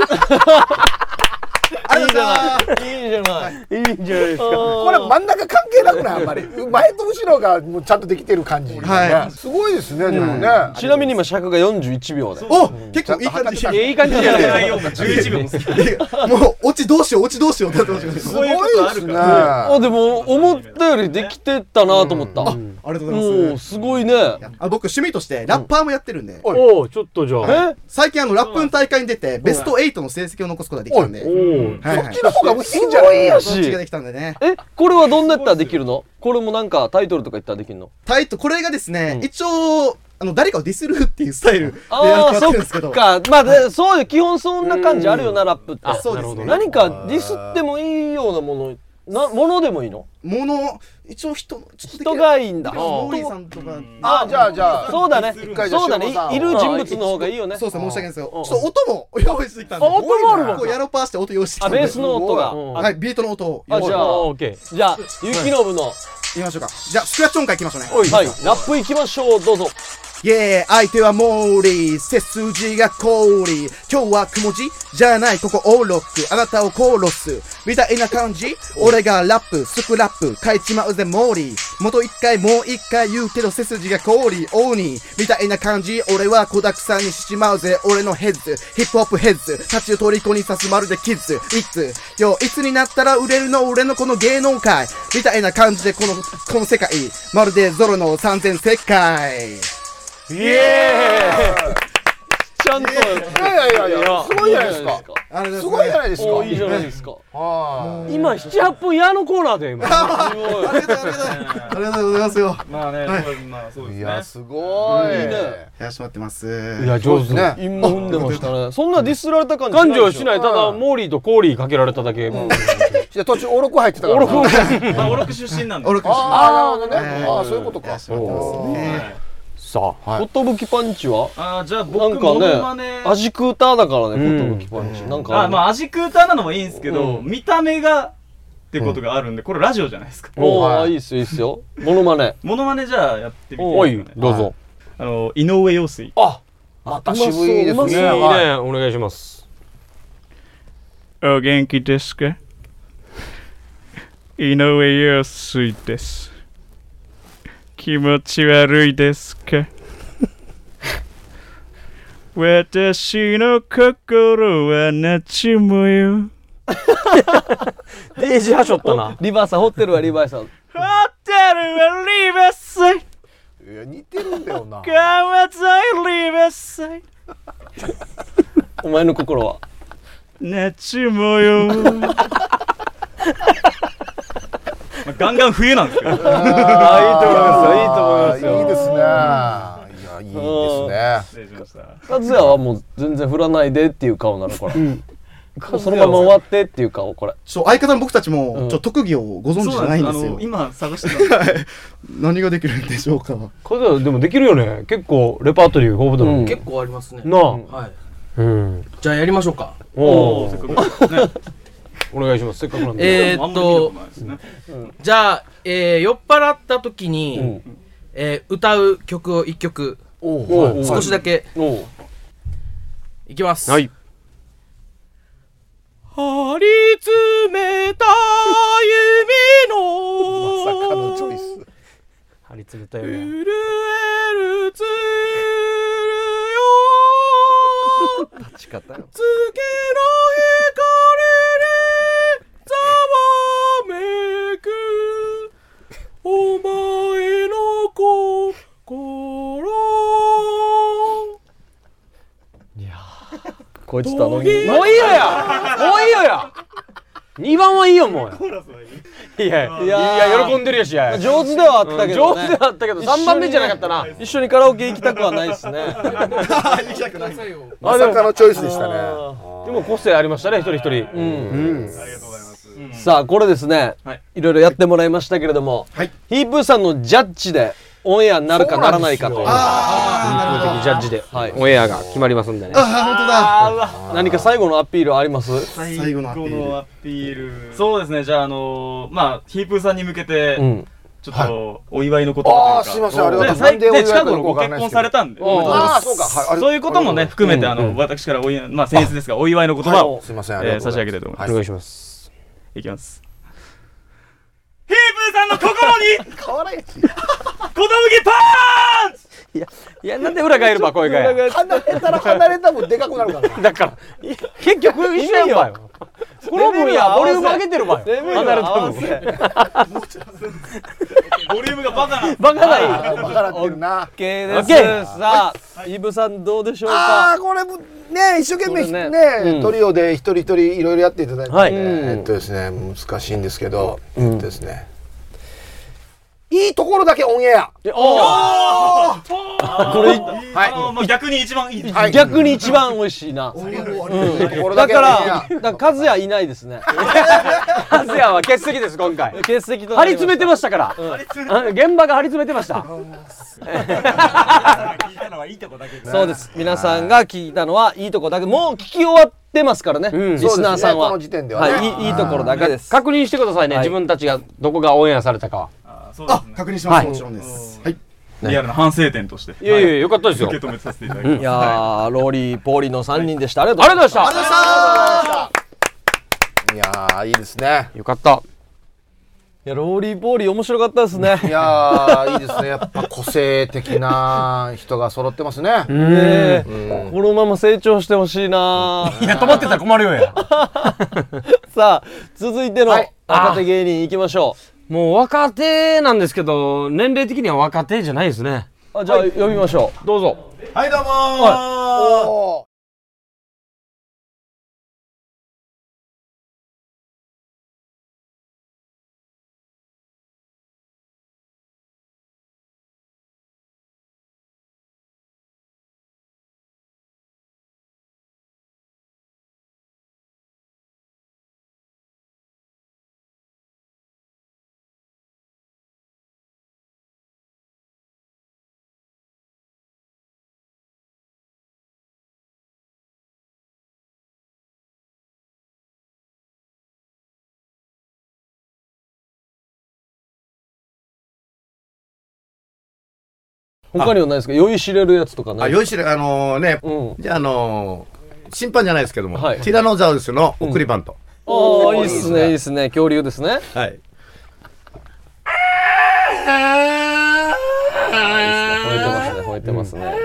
いいじゃないいいじゃないいいじゃないですか。 これ真ん中関係なくないあんまり。前と後ろがもうちゃんとできてる感じ。はい。すごいですねでもね。 ちなみに今尺がよんじゅういちびょうで。 お結構いい感じ。 いい感じじゃない。 じゅういちびょう。 もうオチどうしようオチどうしようってなってました。 すごいですね。あでも思ったよりできてたなと思った。 ありがとうございます。 すごいね。 あ僕趣味としてラッパーもやってるんで。 おおちょっとじゃあ。 最近あのラップの大会に出てベストエイトの成績を残すことができたんで。 そっちの方がいいんじゃないやし。 そっちができたんでね。 えこれはどんなやったらできるの？これもなんかタイトルとか言ったらできるの？ タイトルこれがですね、一応あの誰かをディスるっていうスタイルでやってるんですけど。 ああそっか。まあでそういう基本そんな感じあるよなラップって。 そうですね。 何かディスってもいいようなものなものでもいいの？ もの一応人人がいいんだ。 モーリーさんとか。 あじゃあじゃあそうだね。そうだね。いる人物の方がいいよね。 そうですね申し訳ないですよ。ちょっと音も用意してきたんで。 音もあるの？ こうやろパーして音用意してきたんで。 あベースの音が。 はいビートの音を。 あじゃあオッケー。じゃあゆきのぶの行きましょうか。じゃあスクラッチ音階行きましょうね。 はいラップ行きましょうどうぞ。 イェー相手はモーリー背筋が氷。今日はくも字じゃないここオーロックあなたを殺すみたいな感じ。俺がラップスクラップ書いちまうぜモーリー。元一回もう一回言うけど背筋が氷鬼みたいな感じ。俺は子だくさんにしちまうぜ俺のヘッズヒップホップヘッズたちを虜にさすまるでキッズいつよいつになったら売れるの俺のこの芸能界みたいな感じでこのこの世界まるでゾロの三千世界。 イエーイちゃんといやいやいやいやすごいじゃないですか。すごいじゃないですか。 いいじゃないですか。 今ななはっぷん矢のコーナーで今。 ありがとうありがとうありがとうございますよ。 まあねまあそうですね。 いやすごい。 やらしてもらってます。 いや上手ね。 今踏んでましたね。そんなディスられた感じ。 感じはしない。ただモーリーとコーリーかけられただけ。 じゃ途中オロク入ってたから。 オロク。 まあオロク出身なんで。 オロク出身。 ああなるほどね。ああそういうことか。 さあことぶきパンチはあじゃあなんかね味クーターだからねことぶきパンチなんかあまあ味クーターなのもいいんですけど見た目がってことがあるんでこれラジオじゃないですか。 おおいいっすいいっすよ。モノマネモノマネじゃあやってみて。 おいどうぞ。 あの井上陽水。 あまた渋いですね。いいねお願いします。 お元気ですか。井上陽水です。気持ち悪いですか。私の心はナチ模様。 デージはしょったな。 リバーサー掘ってるわリバーサー。 ホテルはリバーサイド。いや似てるんだよな。 川沿いリバーサイド。 お前の心はなっちゅうもよまあ、ガンガン冬なんですけど。ああ、いいと思いますよ。いいと思いますよ。いいですね。いや、いいですね。 失礼しました。 和也はもう全然振らないでっていう顔なのこれ。うん、そのまま終わってっていう顔これ。 そう、相方の僕たちもちょっと特技をご存知じゃないんですよ。 今探してた。 何ができるんでしょうか。 これでもできるよね。結構レパートリー豊富だもん。 結構ありますね。 なあ。 はい。うん。じゃあやりましょうか。 おお。お願いします。せっかくなんで。えーっと、じゃあ、えー、酔っ払った時に、うん、えー、歌う曲を一曲少しだけいきます。 はい。 張り詰めた弓のまさかのチョイス。 張り詰めた弓。 震えるつるよ。 立ち方よ。 月の光ざわめくお前の心。 いやこいつとあのもういいよやもういいよやにばんはいいよもういやいや喜んでるやしや上手ではあったけどね、 上手ではあったけどさんばんめじゃなかったな。 一緒にカラオケ行きたくはないですね。 行きたくない。 まさかのチョイスでしたね。 でも個性ありましたね、一人一人。うん、 ありがとうございます。 さあこれですね、はい、いろいろやってもらいましたけれども、はい、ヒープーさんのジャッジでオンエアになるかならないかというあジャッジで、はい、オンエアが決まりますんでね。 あ本当だ。何か最後のアピールあります？ 最後のアピール。そうですね。じゃああのー、まあヒープーさんに向けて、うん、ちょっとお祝いのことというか、 あすいませんありがとうございます。 で近頃ご結婚されたんで、 あそうかそういうこともね含めてあの私からお祝いまあ僭越ですがお祝いの言葉を差し上げたいと思います。 お願いします。 いきます。ヒープーさんの心にかわらやし子供ぎパーンチ。 いやいやなんで裏返るば声がや。 離れたら離れた分でかくなるから。 だから結局一緒やんばよ。この分やボリューム上げてるばよ。離れた分。 ボリュームがバカな。 バカない。 バカなってるな。 オッケーです。さあイブさんどうでしょうか。 ああこれね一生懸命ねトリオで一人一人いろいろやっていただいてえっとですね難しいんですけどえっとですね。いいところだけオンエア。 おお。これはい。逆に一番いい。 逆に一番美味しいな。だからだから和也いないですね。 和也は欠席です今回。 欠席と張り詰めてましたから。現場が張り詰めてました。 そうです。皆さんが聞いたのはいいとこだけ。もう聞き終わってますからね。リスナーさんは。 この時点ではね。 いいところだけです。 確認してくださいね。自分たちがどこがオンエアされたかは。 あ、確認します。もちろんです。はい。 リアルな反省点として。 いやいやよかったですよ。 受け止めさせていただきます。 いやーローリーポーリーのさんにんでした。ありがとうございました。 ありがとうございました。いやーいいですね。 よかった。 いやローリーポーリー面白かったですね。 いやーいいですね。やっぱ個性的な人が揃ってますね。 ねこのまま成長してほしいな。 いや止まってたら困るよや。 さあ続いての若手芸人いきましょう。 もう若手なんですけど年齢的には若手じゃないですね。 あじゃあ呼びましょう。 どうぞ。 はいどうもー。 他にはないですか。酔いしれるやつとかね。 あ酔いしれあのねじゃああの審判じゃないですけどもティラノザウルスの送りバント。 ああいいですねいいですね。恐竜ですね。 はい。 吠えてますね吠えてますね。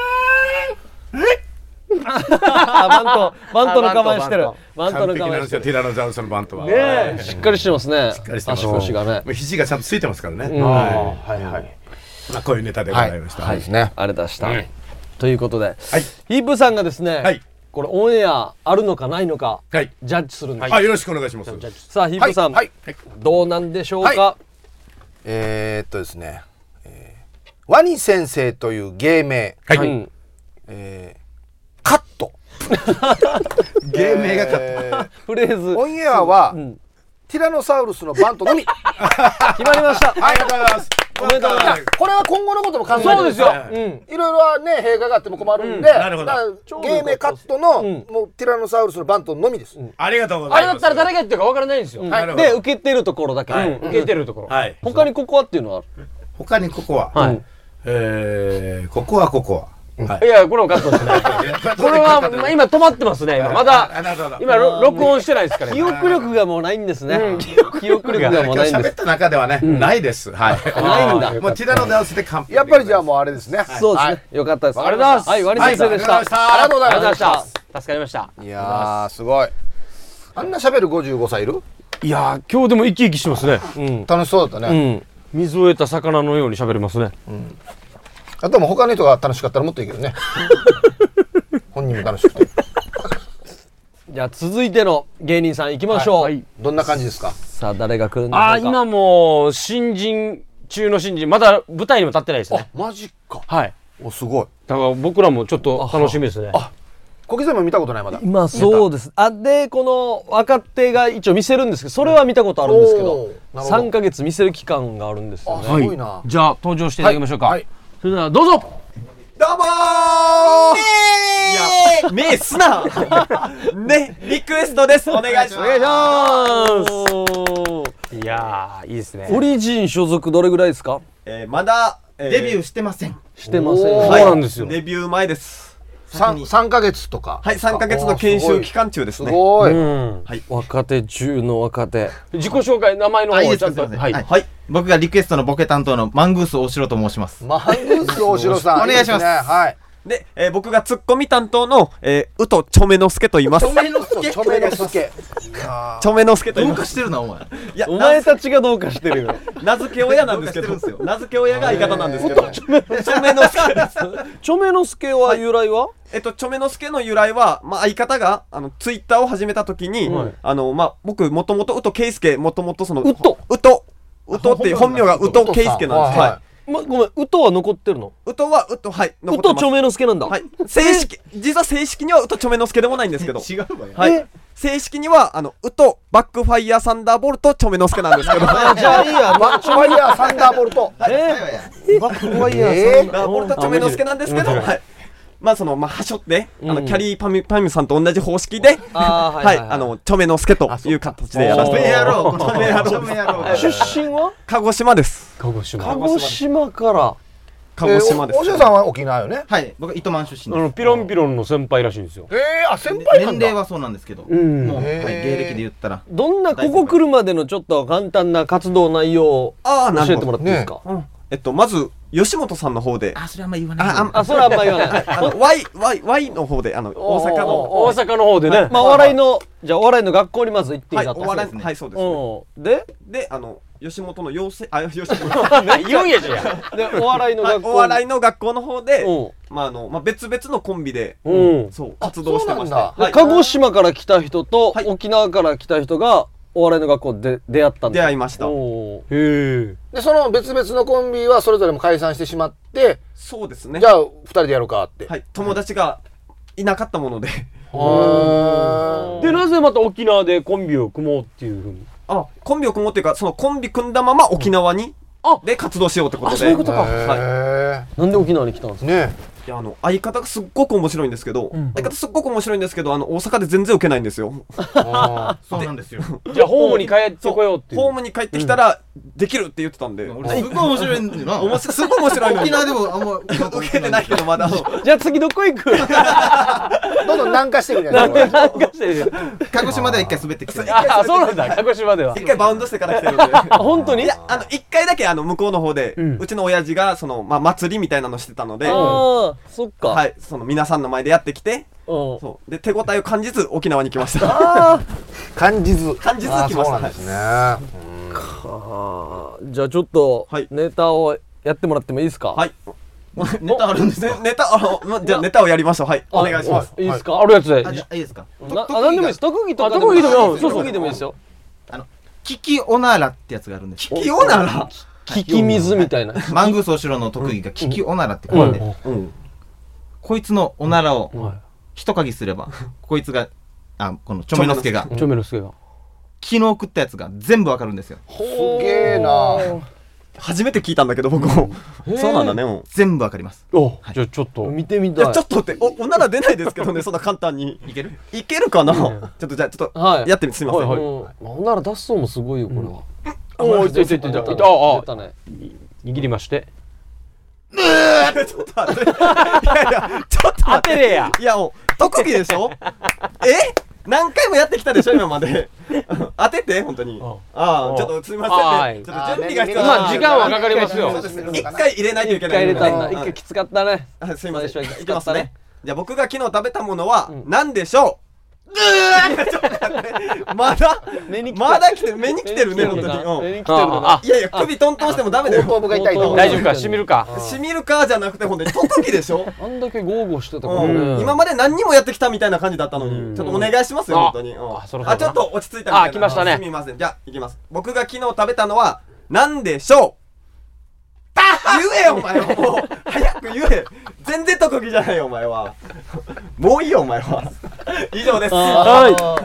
バントバントの構えしてる。バントの構えしてる。 ティラノザウルスのバントは。 ねしっかりしてますね。しっかりしてます。足腰がね。 肘がちゃんとついてますからね。 はいはい。 まあこういうネタでございました。 はいですね。あれ出した。ということでヒープさんがですねこれオンエアあるのかないのか、 はい、 ジャッジするんです、 はい、よろしくお願いします。 さあヒープさん、はいはい、どうなんでしょうか。はい、 えー、っとですね、えー、ワニ先生という芸名、はい、うん、えー、カット芸名がカット、 えー、 フレーズオンエアは、うん、ティラノサウルスのバントのみ決まりました。 ありがとうございます。 おめでとうございます。これは今後のことも考えてるんですよ。そうですよ。いろいろはね弊害があっても困るんで、なるほど。芸名カットのもうティラノサウルスのバントのみです。 ありがとうございます。あれだったら誰が言ってるかわからないんですよ。 で受けてるところだけ。 受けてるところ。 他にここはっていうのはある。 他にここは。はい。えここはここは。 いやこれもカットですね。これは今止まってますね。まだ今録音してないですからね。 記憶力がもうないんですね。記憶力がもうないんです。 喋った中ではねないです。はい。 ないんだ。 もうティラノダウスで完璧。 やっぱりじゃあもうあれですね。 そうですね。よかったです。 ありがとうございます。 はい、ワニ先生でした。 ありがとうございました。 助かりました。 いやすごい。あんな喋るごじゅうごさいいる？ いや今日でも生き生きしてますね。楽しそうだったね。 水を得た魚のように喋りますね。 あとも他の人が楽しかったらもっといいけどね。本人も楽しくて。 じゃあ続いての芸人さんいきましょう。はい、 どんな感じですか。 さあ誰が来るんでしょうか。 あ今もう新人中の新人、まだ舞台にも立ってないですね。 あマジか。 はい。 おすごい。 だから僕らもちょっと楽しみですね。 あ小木さんも見たことないまだ。 今そうです。あでこの若手が一応見せるんですけど、それは見たことあるんですけど、さんかげつ見せる期間があるんですよね。 すごいな。 じゃあ登場していただきましょうか。はい。それではどうぞ。 どうもー。ねえすな。ねリクエストです。お願いします。 お願いします。いやいいですね。 オリジン所属どれぐらいですか。 えまだデビューしてません。 してません。 そうなんですよ。 デビュー前です。 三三ヶ月とか。 はい、三ヶ月の研修期間中ですね。 すごい。 はい。 若手中の若手。 自己紹介名前の方をちゃんと。 はいはい。僕がリクエストのボケ担当のマングース大城と申します。 マングース大城さん。 お願いします。 はい。 で、えー、僕がツッコミ担当の、えー、宇都ちょめのすけと言います。 ちょめのすけ。ちょめのすけ。 ちょめのすけと言います。 どうかしてるなお前。 いやお前たちがどうかしてるよ。 名付け親なんですけど、名付け親が相方なんですけど。ちょめのすけです。 ちょめのすけは由来は？ えっとちょめのすけの由来は、まあ相方があのツイッターを始めた時に、あのまあ僕もともと宇都圭介もともとその宇都宇都宇都って本名が宇都圭介なんです。はい。 ま、ごめん、宇都は残ってるの？ 宇都は宇都はい宇都ちょめのすけなんだ。 はい。正式実は正式には宇都ちょめのすけでもないんですけど。 違うわよ。 はい。正式にはあの宇都バックファイヤーサンダーボルトちょめのすけなんですけど。 じゃあいいや。 バックファイヤーサンダーボルト。 え？バックファイヤーサンダーボルトちょめのすけなんですけど。はい。まあそのまあはしょってあのキャリーパミパミさんと同じ方式で、はいあのちょめのすけという形でやらせて。 出身は鹿児島です。 鹿児島。 鹿児島から。 鹿児島です。 おしょさんは沖縄よね。 はい、僕糸満出身です。 あのピロンピロンの先輩らしいんですよ。 ええあ先輩なんだ。 年齢はそうなんですけど、もう芸歴で言ったら。 どんなここ来るまでのちょっと簡単な活動内容を教えてもらっていいですか。 えっとまず吉本さんの方で、 あそれあんま言わない。 ああそれあんま言わない。 あの Y Y Y の方であの大阪の大阪の方でね。 まあお笑いのじゃあお笑いの学校にまず行っていたと。 お笑いはいそうですね。でであの吉本の養成あ吉本言うんやじゃでお笑いの学校お笑いの学校の方でまああのまあ別々のコンビでそう活動してました。 鹿児島から来た人と沖縄から来た人がお笑いの学校で出会ったんです。 出会いました。へえ。 でその別々のコンビはそれぞれも解散してしまって、 そうですね。 じゃあふたりでやろうかって。 はい。友達がいなかったもので。 でなぜまた沖縄でコンビを組もうっていうふうに。 あコンビを組もうっていうかそのコンビ組んだまま沖縄にで活動しようってことで。 そういうことか。はい。なんで沖縄に来たんですか。 ね。 いやあの相方がすっごく面白いんですけど、相方すっごく面白いんですけどあの大阪で全然受けないんですよ。 そうなんですよ。 じゃあホームに帰ってこようっていう。 ホームに帰ってきたらできるって言ってたんで。 すごい面白いんだよな。 すごい面白いのに。 沖縄でもあんま受けてないけどまだ。 じゃあ次どこ行く？ どんどん南下してくるやん。 南下してる。 鹿児島では一回滑ってきて。 あそうなんだ鹿児島では。 一回バウンドしてから来てるんで。 本当に？ いやあの一回だけあの向こうの方でうちの親父がそのまあ祭りみたいなのしてたので。 ああそっか。 はい。その皆さんの前でやってきて、そうで手応えを感じず沖縄に来ました。 感じず感じず来ました。 そうなんですね。 じゃあちょっとネタをやってもらってもいいですか。 はい。 ネタあるんですか？ ネタ、あの、まじゃあネタをやりましょう。はい、お願いします。 いいですか？あるやつで。 あ、じゃあいいですか？ なあ、なんでもいいです。特技とか特技でも、 そうそう、特技でもいいですよ。 あの、キキオナラってやつがあるんです。 キキオナラ？ キキ水みたいな。 マングースお城の特技がキキオナラって書いて、こいつのおならを一嗅ぎすれば、こいつが、あ、このチョメノスケが、 チョメノスケが昨日食ったやつが全部わかるんですよ。 すげえな。 初めて聞いたんだけど僕も。そうなんだね。もう全部わかります。 お、じゃあちょっと見てみたい。 いやちょっと待って、お、おなら出ないですけどね、そんな簡単に。 いける？ いけるかな。ちょっとじゃあちょっとやってみてすみません。 おなら出すそうもすごいよこれは。 おお、いったいったいったいった。ああ、握りまして。 ちょっと待って。いやいや、ちょっと当てれや。 いやもう特技でしょ。え？何回もやってきたでしょ今まで。当てて本当に。ああ、ちょっとすみませんね。ちょっと準備が必要。 まあ時間はかかりますよ。 一回入れないといけない。 一回入れたんだ。一回きつかったね。 すみません。いきますね。じゃあ僕が昨日食べたものは何でしょう。まだまだ来てる、目に来てるね本当に。 目に来てるな。 いやいや、首トントンしてもダメだよ。 頭部が痛いと。 大丈夫か？しみるか？ しみるかじゃなくて本当に特技でしょ。 あんだけゴーゴーしてたからね。 今まで何にもやってきたみたいな感じだったのに、ちょっとお願いしますよ本当に。あ、ちょっと落ち着いたみたいな。 あ、来ましたね。 すみません。じゃあ行きます。僕が昨日食べたのは何でしょう。言えよお前は。もう早く言え。全然特技じゃないよお前は。もういいよお前は。以上です。 はい。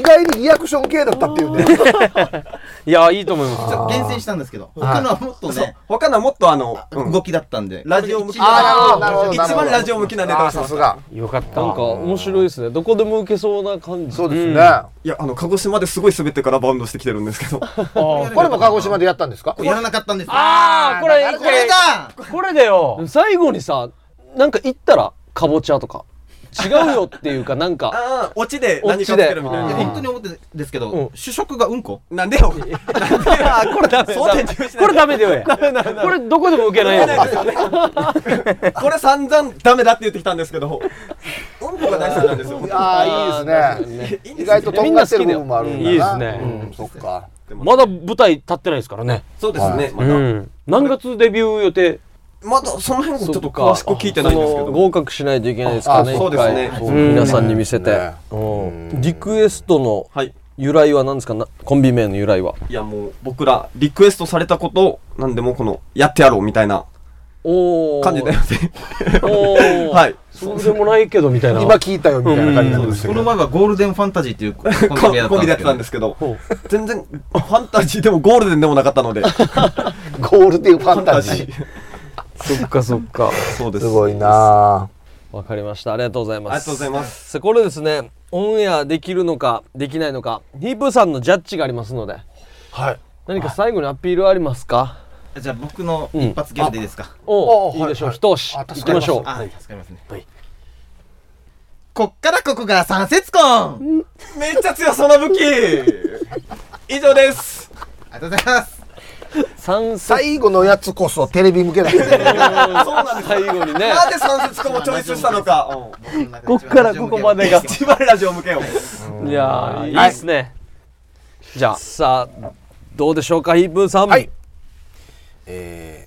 意外にリアクション系だったっていうね。 いや、いいと思います。 厳選したんですけど、他のはもっとね、 他のはもっとあの動きだったんで、 ラジオ向きな、 一番ラジオ向きなネタをしました。 よかった。 なんか面白いですね。どこでも受けそうな感じ。 そうですね。 いや、あの鹿児島ですごい滑ってからバウンドしてきてるんですけど。 これも鹿児島でやったんですか？ やらなかったんです。 ああ、これこれだ。 これだよ。 最後にさ、なんか言ったらかぼちゃとか。違うよっていうかなんかああ、オチで何かつけるみたいな。 本当に思ってですけど、主食がうんこ？ なんでよ。これダメ。これダメだよ。これどこでも受けないよ。 これ散々ダメだって言ってきたんですけど、うんこが大好きなんですよ。 ああ、いいですね。意外ととんがってる部分もあるんだな。 いいですね。 そっか。 まだ舞台立ってないですからね。 そうですね。 何月デビュー予定？ まだその辺もちょっと詳しく聞いてないんですけど、 合格しないといけないですからね。 そうですね。 皆さんに見せて。リクエストの由来は何ですか？コンビ名の由来は。 いやもう僕らリクエストされたことを何でもこのやってやろうみたいな感じだよね。はい。 そうでもないけどみたいな。 今聞いたよみたいな感じなんですけど。 この前はゴールデンファンタジーっていうコンビでやってたんですけど、全然ファンタジーでもゴールデンでもなかったので。ゴールデンファンタジー。 そっかそっか。 そうです。 すごいな。 わかりました。ありがとうございます。 ありがとうございます。 さあこれですね、オンエアできるのかできないのか、ヒープーさんのジャッジがありますので、 はい。 何か最後にアピールありますか？ じゃあ僕の一発ギャグでいいですか？ おお、いいでしょう。一押し行きましょう。 はい、助かりますね。はい。こっからここが三節根。 めっちゃ強そうな武器。以上です。 ありがとうございます。 最後のやつこそテレビ向けだったね。 そうなんです。 最後にね。 なんで三節根もチョイスしたのか。 こっからここまでが一番ラジオ向けよ。 いやいいですね。じゃあさあどうでしょうか、ヒープーさん。はい。 え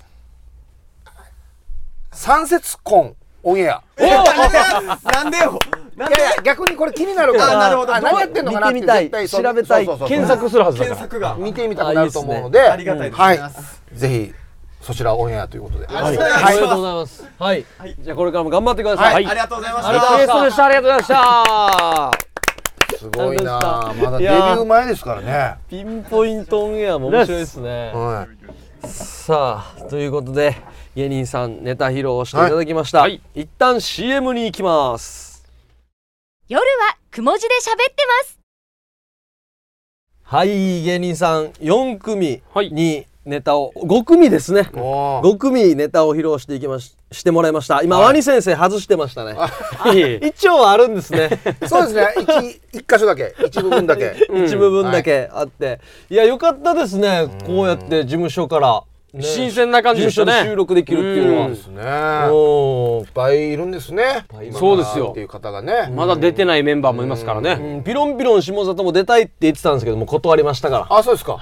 三節根オンエア。 なんでよ。 いやいや逆にこれ気になるから。 なるほど。 何やってんのかなって絶対調べたい。検索するはずだから。 検索が見てみたくなると思うので、 ありがたいです。 はい。ぜひそちらオンエアということで。 ありがとうございます。はい。じゃあこれからも頑張ってください。 ありがとうございました。 ありがとうございました。ありがとうございました。 すごいな。まだデビュー前ですからね。 ピンポイントオンエアも面白いですね。さあということで芸人さんネタ披露をしていただきました。一旦 シーエム に行きます。 夜はくも字で喋ってます。 はい、芸人さんよんくみにネタを、ごくみですね。ごくみネタを披露していきまししてもらいました。今、はい、ワニ先生外してましたね。一応あるんですね。 そうですね。一一箇所だけ、一部分だけ、 一部分だけあって、はい、いや良かったですね。こうやって事務所から。 ね、新鮮な感じでしたね。 収録できるっていうのは。 ですね。いっぱいいるんですね。 そうですよ。 っていう方がね。 まだ出てないメンバーもいますからね。 ピロンピロン下里も出たいって言ってたんですけども断りましたから。 あ、そうですか。 はい。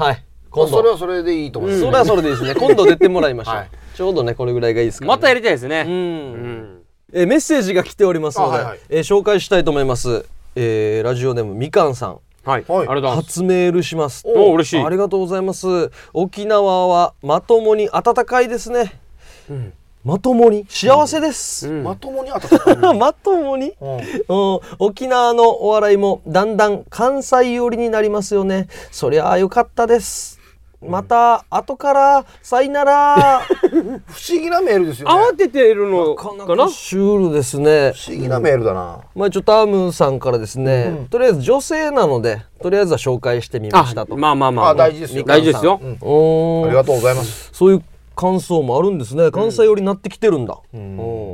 今度それはそれでいいと思います、 うん、それはそれでいいですね。今度出てもらいましょう、はい、ちょうどねこれぐらいがいいですか、ね、 またやりたいですね。 うん、うん、えー、メッセージが来ておりますので、はいはい、えー、紹介したいと思います、えー、ラジオネームみかんさん、 はい、ありがとうございます。 初メールします。 お、嬉しい。 ありがとうございます。沖縄はまともに暖かいですね、うん、まともに幸せです、 うん、まともに暖かいまともに、うんうん、沖縄のお笑いもだんだん関西寄りになりますよね。そりゃあよかったです。また後からさいなら不思議なメールですよね。 慌てているのかな。 なかなかシュールですね。 不思議なメールだな、 うん、まあちょっとアームさんからですね、うん、とりあえず女性なのでとりあえずは紹介してみましたと。 まあまあまあ、 あ、大事ですよ、 大事ですよ、 うん、おありがとうございます。 そういう感想もあるんですね。関西寄りになってきてるんだ、うん、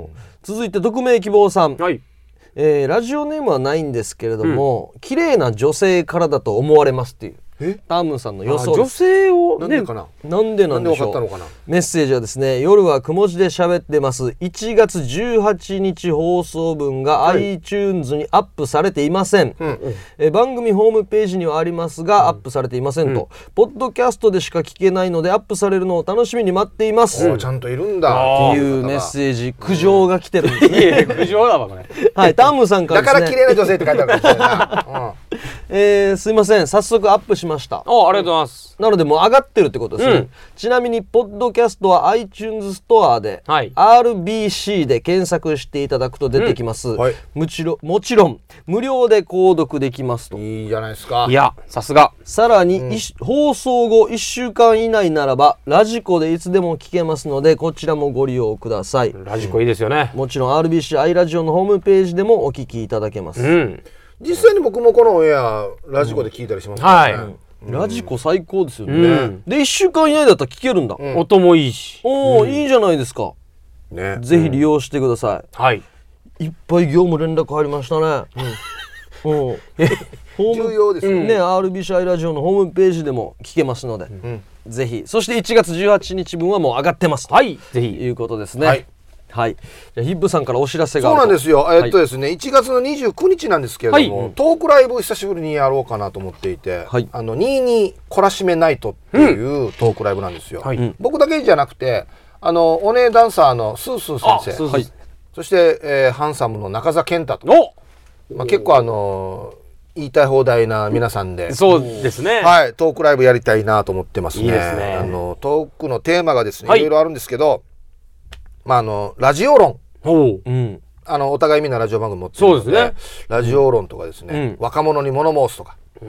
続いて匿名希望さん、はい、えー、ラジオネームはないんですけれども、うん、綺麗な女性からだと思われますっていうタームンさんの予想です。 女性を、 ね、なんでかな、 なんでなんでしょう。 なんで分かったのかな。 メッセージはですね、夜はくも字で喋ってますいちがつじゅうはちにち放送分が はい、iTunes にアップされていません、うん、え番組ホームページにはありますが、うん、アップされていませんと、うん、ポッドキャストでしか聞けないのでアップされるのを楽しみに待っています。 お、ちゃんといるんだっていうメッセージ、苦情が来てるんですね。 いや苦情だわこれ。 はい、タームンさんからですね、 だから綺麗な女性って書いてあるかもしれないな、うん、 えー、すいません、早速アップしました。 お、ありがとうございます。 なのでもう上がってるってことですね、うん、ちなみにポッドキャストは iTunes ストアで、はい、アールビーシー で検索していただくと出てきます、うん、はい、もちろんもちろん無料で購読できますと。 いいじゃないですか。 いや、さすが。 さらに、うん、放送後いっしゅうかん以内ならばラジコでいつでも聞けますのでこちらもご利用ください。 ラジコいいですよね、 うん、もちろん アールビーシー アイラジオのホームページでもお聞きいただけます、うん、 実際に僕もこのオンエアラジコで聞いたりしますからね、うん、はい、 うん、ラジコ最高ですよね、うん、でいっしゅうかん以内だったら聞けるんだ、 うん、音もいいし、 おー、うん、いいじゃないですか、ね、ぜひ利用してください、うん、はい、いっぱい業務連絡入りましたね、うん、うん、 重要ですよね、うん、アールビーシー アイラジオのホームページでも聞けますので、うん、ぜひ。そしていちがつじゅうはちにちぶんはもう上がってますと、はい、ぜひいうことですね、はい、はい、じゃヒップさんからお知らせがあると。 そうなんですよ、えっとですね、はい、いちがつのにじゅうくにちなんですけれども、はい、トークライブを久しぶりにやろうかなと思っていて、はい、あのにじゅうに懲らしめナイトっていうトークライブなんですよ、うん、はい、僕だけじゃなくてあのお姉ダンサーのスースー先生、はい、そして、えー、ハンサムの中澤健太と、まあ、結構あのー言いたい放題な皆さんで、 そうですね、 はい、トークライブやりたいなと思ってますね。いいですね。あのトークのテーマがですね、はい、いろいろあるんですけど、まああのラジオ論、お、うん、あのお互いみんなラジオ番組持ってるので、そうですね、ラジオ論とかですね、うん、若者に物申すとか、うん、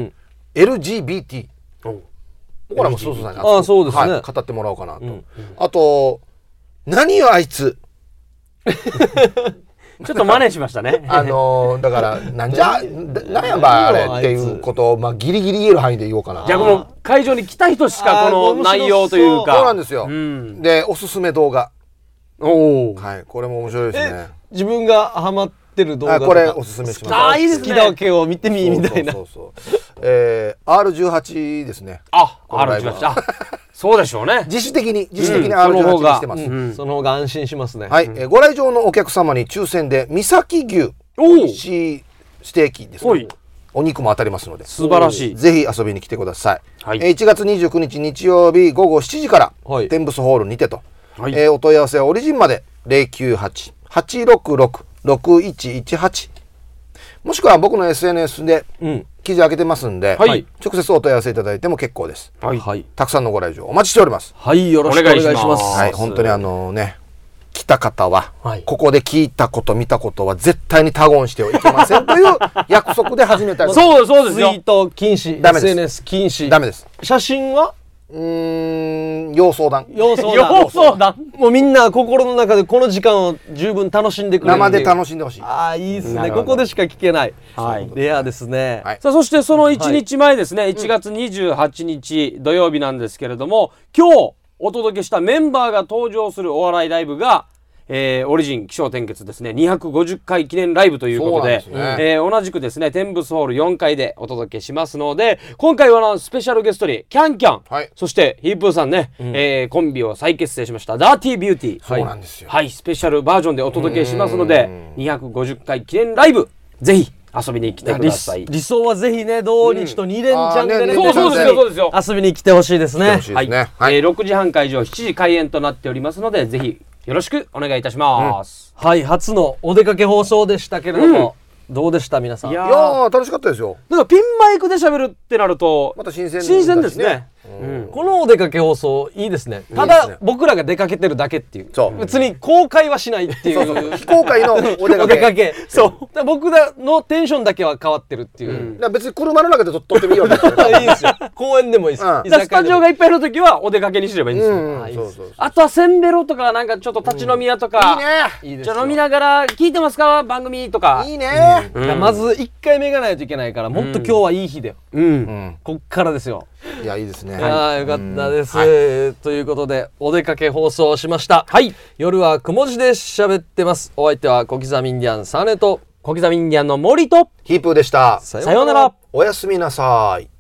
エルジービーティー、これはもうそうそうさんにあ、そうですね、 はい、語ってもらおうかなと、うんうん、あと何よあいつちょっと真似しましたね。 あのー、だからなんじゃなんやばあれっていうことをまあギリギリ言える範囲で言おうかな。 じゃあこの会場に来た人しかこの内容というか。 そうなんですよ。うん、でおすすめ動画。おお。はい、これも面白いですね。 自分がハマってる動画とか。 これおすすめします。 ああ、いいですね。好きだけを見てみみたいな。 そうそうそうそう。えー、アールじゅうはち ですね。 あ、アールじゅうはち だ。そうでしょうね。 自主的に自主的に アールじゅうはち にしてます。 うん、その方が安心しますね。 はい、うん、えー、ご来場のお客様に抽選で三崎牛美味しいステーキですね。お肉も当たりますので素晴らしい。 ぜひ遊びに来てください。はい、えー、いちがつにじゅうくにち日曜日ごごしちじから、はい、テンブスホールにてと、はい、えー、お問い合わせはオリジンまで ゼロきゅうはち はちろくろく ろくいちいちはち、もしくは僕の エスエヌエス で記事開けてますんで、はい、直接お問い合わせいただいても結構です。はい、たくさんのご来場お待ちしております。 はい、よろしくお願いします。 はい、本当にあのね、来た方は、はい、ここで聞いたこと見たことは絶対に他言してはいけませんという約束で始めたいと思います。 そうそうですよ。ツイート禁止、 ダメです。 エスエヌエス 禁止。 ダメです。 写真はうーん、要相談。 要相談。要相談。もうみんな心の中でこの時間を十分楽しんでくれる。 生で楽しんでほしい。 ああ、いいですね。ここでしか聞けない。はい。レアですね。 はい、さあ、そしてそのいちにちまえですね、はい、いちがつにじゅうはちにち土曜日なんですけれども、今日お届けしたメンバーが登場するお笑いライブが、えー、オリジン起承転結ですね、にひゃくごじゅっかい記念ライブということで、で、ね、えー、同じくですねテンブスホールよんかいでお届けしますので、今回はスペシャルゲストにキャンキャン、はい、そしてヒープーさんね、うん、えー、コンビを再結成しましたダーティービューティー、 そうなんですよ、 はい、スペシャルバージョンでお届けしますので、にひゃくごじゅっかい記念ライブぜひ遊びに来てください。 理想はぜひね土日とに連チャンでね、 そうそうですよそうですよ。 遊びに来てほしいですね。 はい。えーろくじはん会場、しちじ開演となっておりますので、ぜひよろしくお願いいたします。 はい、初のお出かけ放送でしたけれども、どうでした皆さん？ いやー楽しかったですよ。 だからピンマイクで喋るってなるとまた新鮮新鮮ですね。 このお出かけ放送いいですね。ただ僕らが出かけてるだけっていう。別に公開はしないっていう非公開のお出かけ。 お出かけ。そう。僕らのテンションだけは変わってるっていう。 別に車の中で撮ってみよう。いいですよ。公園でもいいです。 スタジオがいっぱいの時はお出かけにすればいいんですよ。あとはせんべろとかなんかちょっと立ち飲み屋とか。 いいね。 じゃ飲みながら聞いてますか番組とか。 いいね。 まずいっかいめがないといけないから、もっと今日はいい日だよ。こっからですよ。 いやいいですね。 いやよかったです。ということでお出かけ放送しました。はい。夜はくも字で喋ってます。お相手は小刻みインディアンサーネと小刻みインディアンの森とヒープーでした。 さようなら。 おやすみなさい。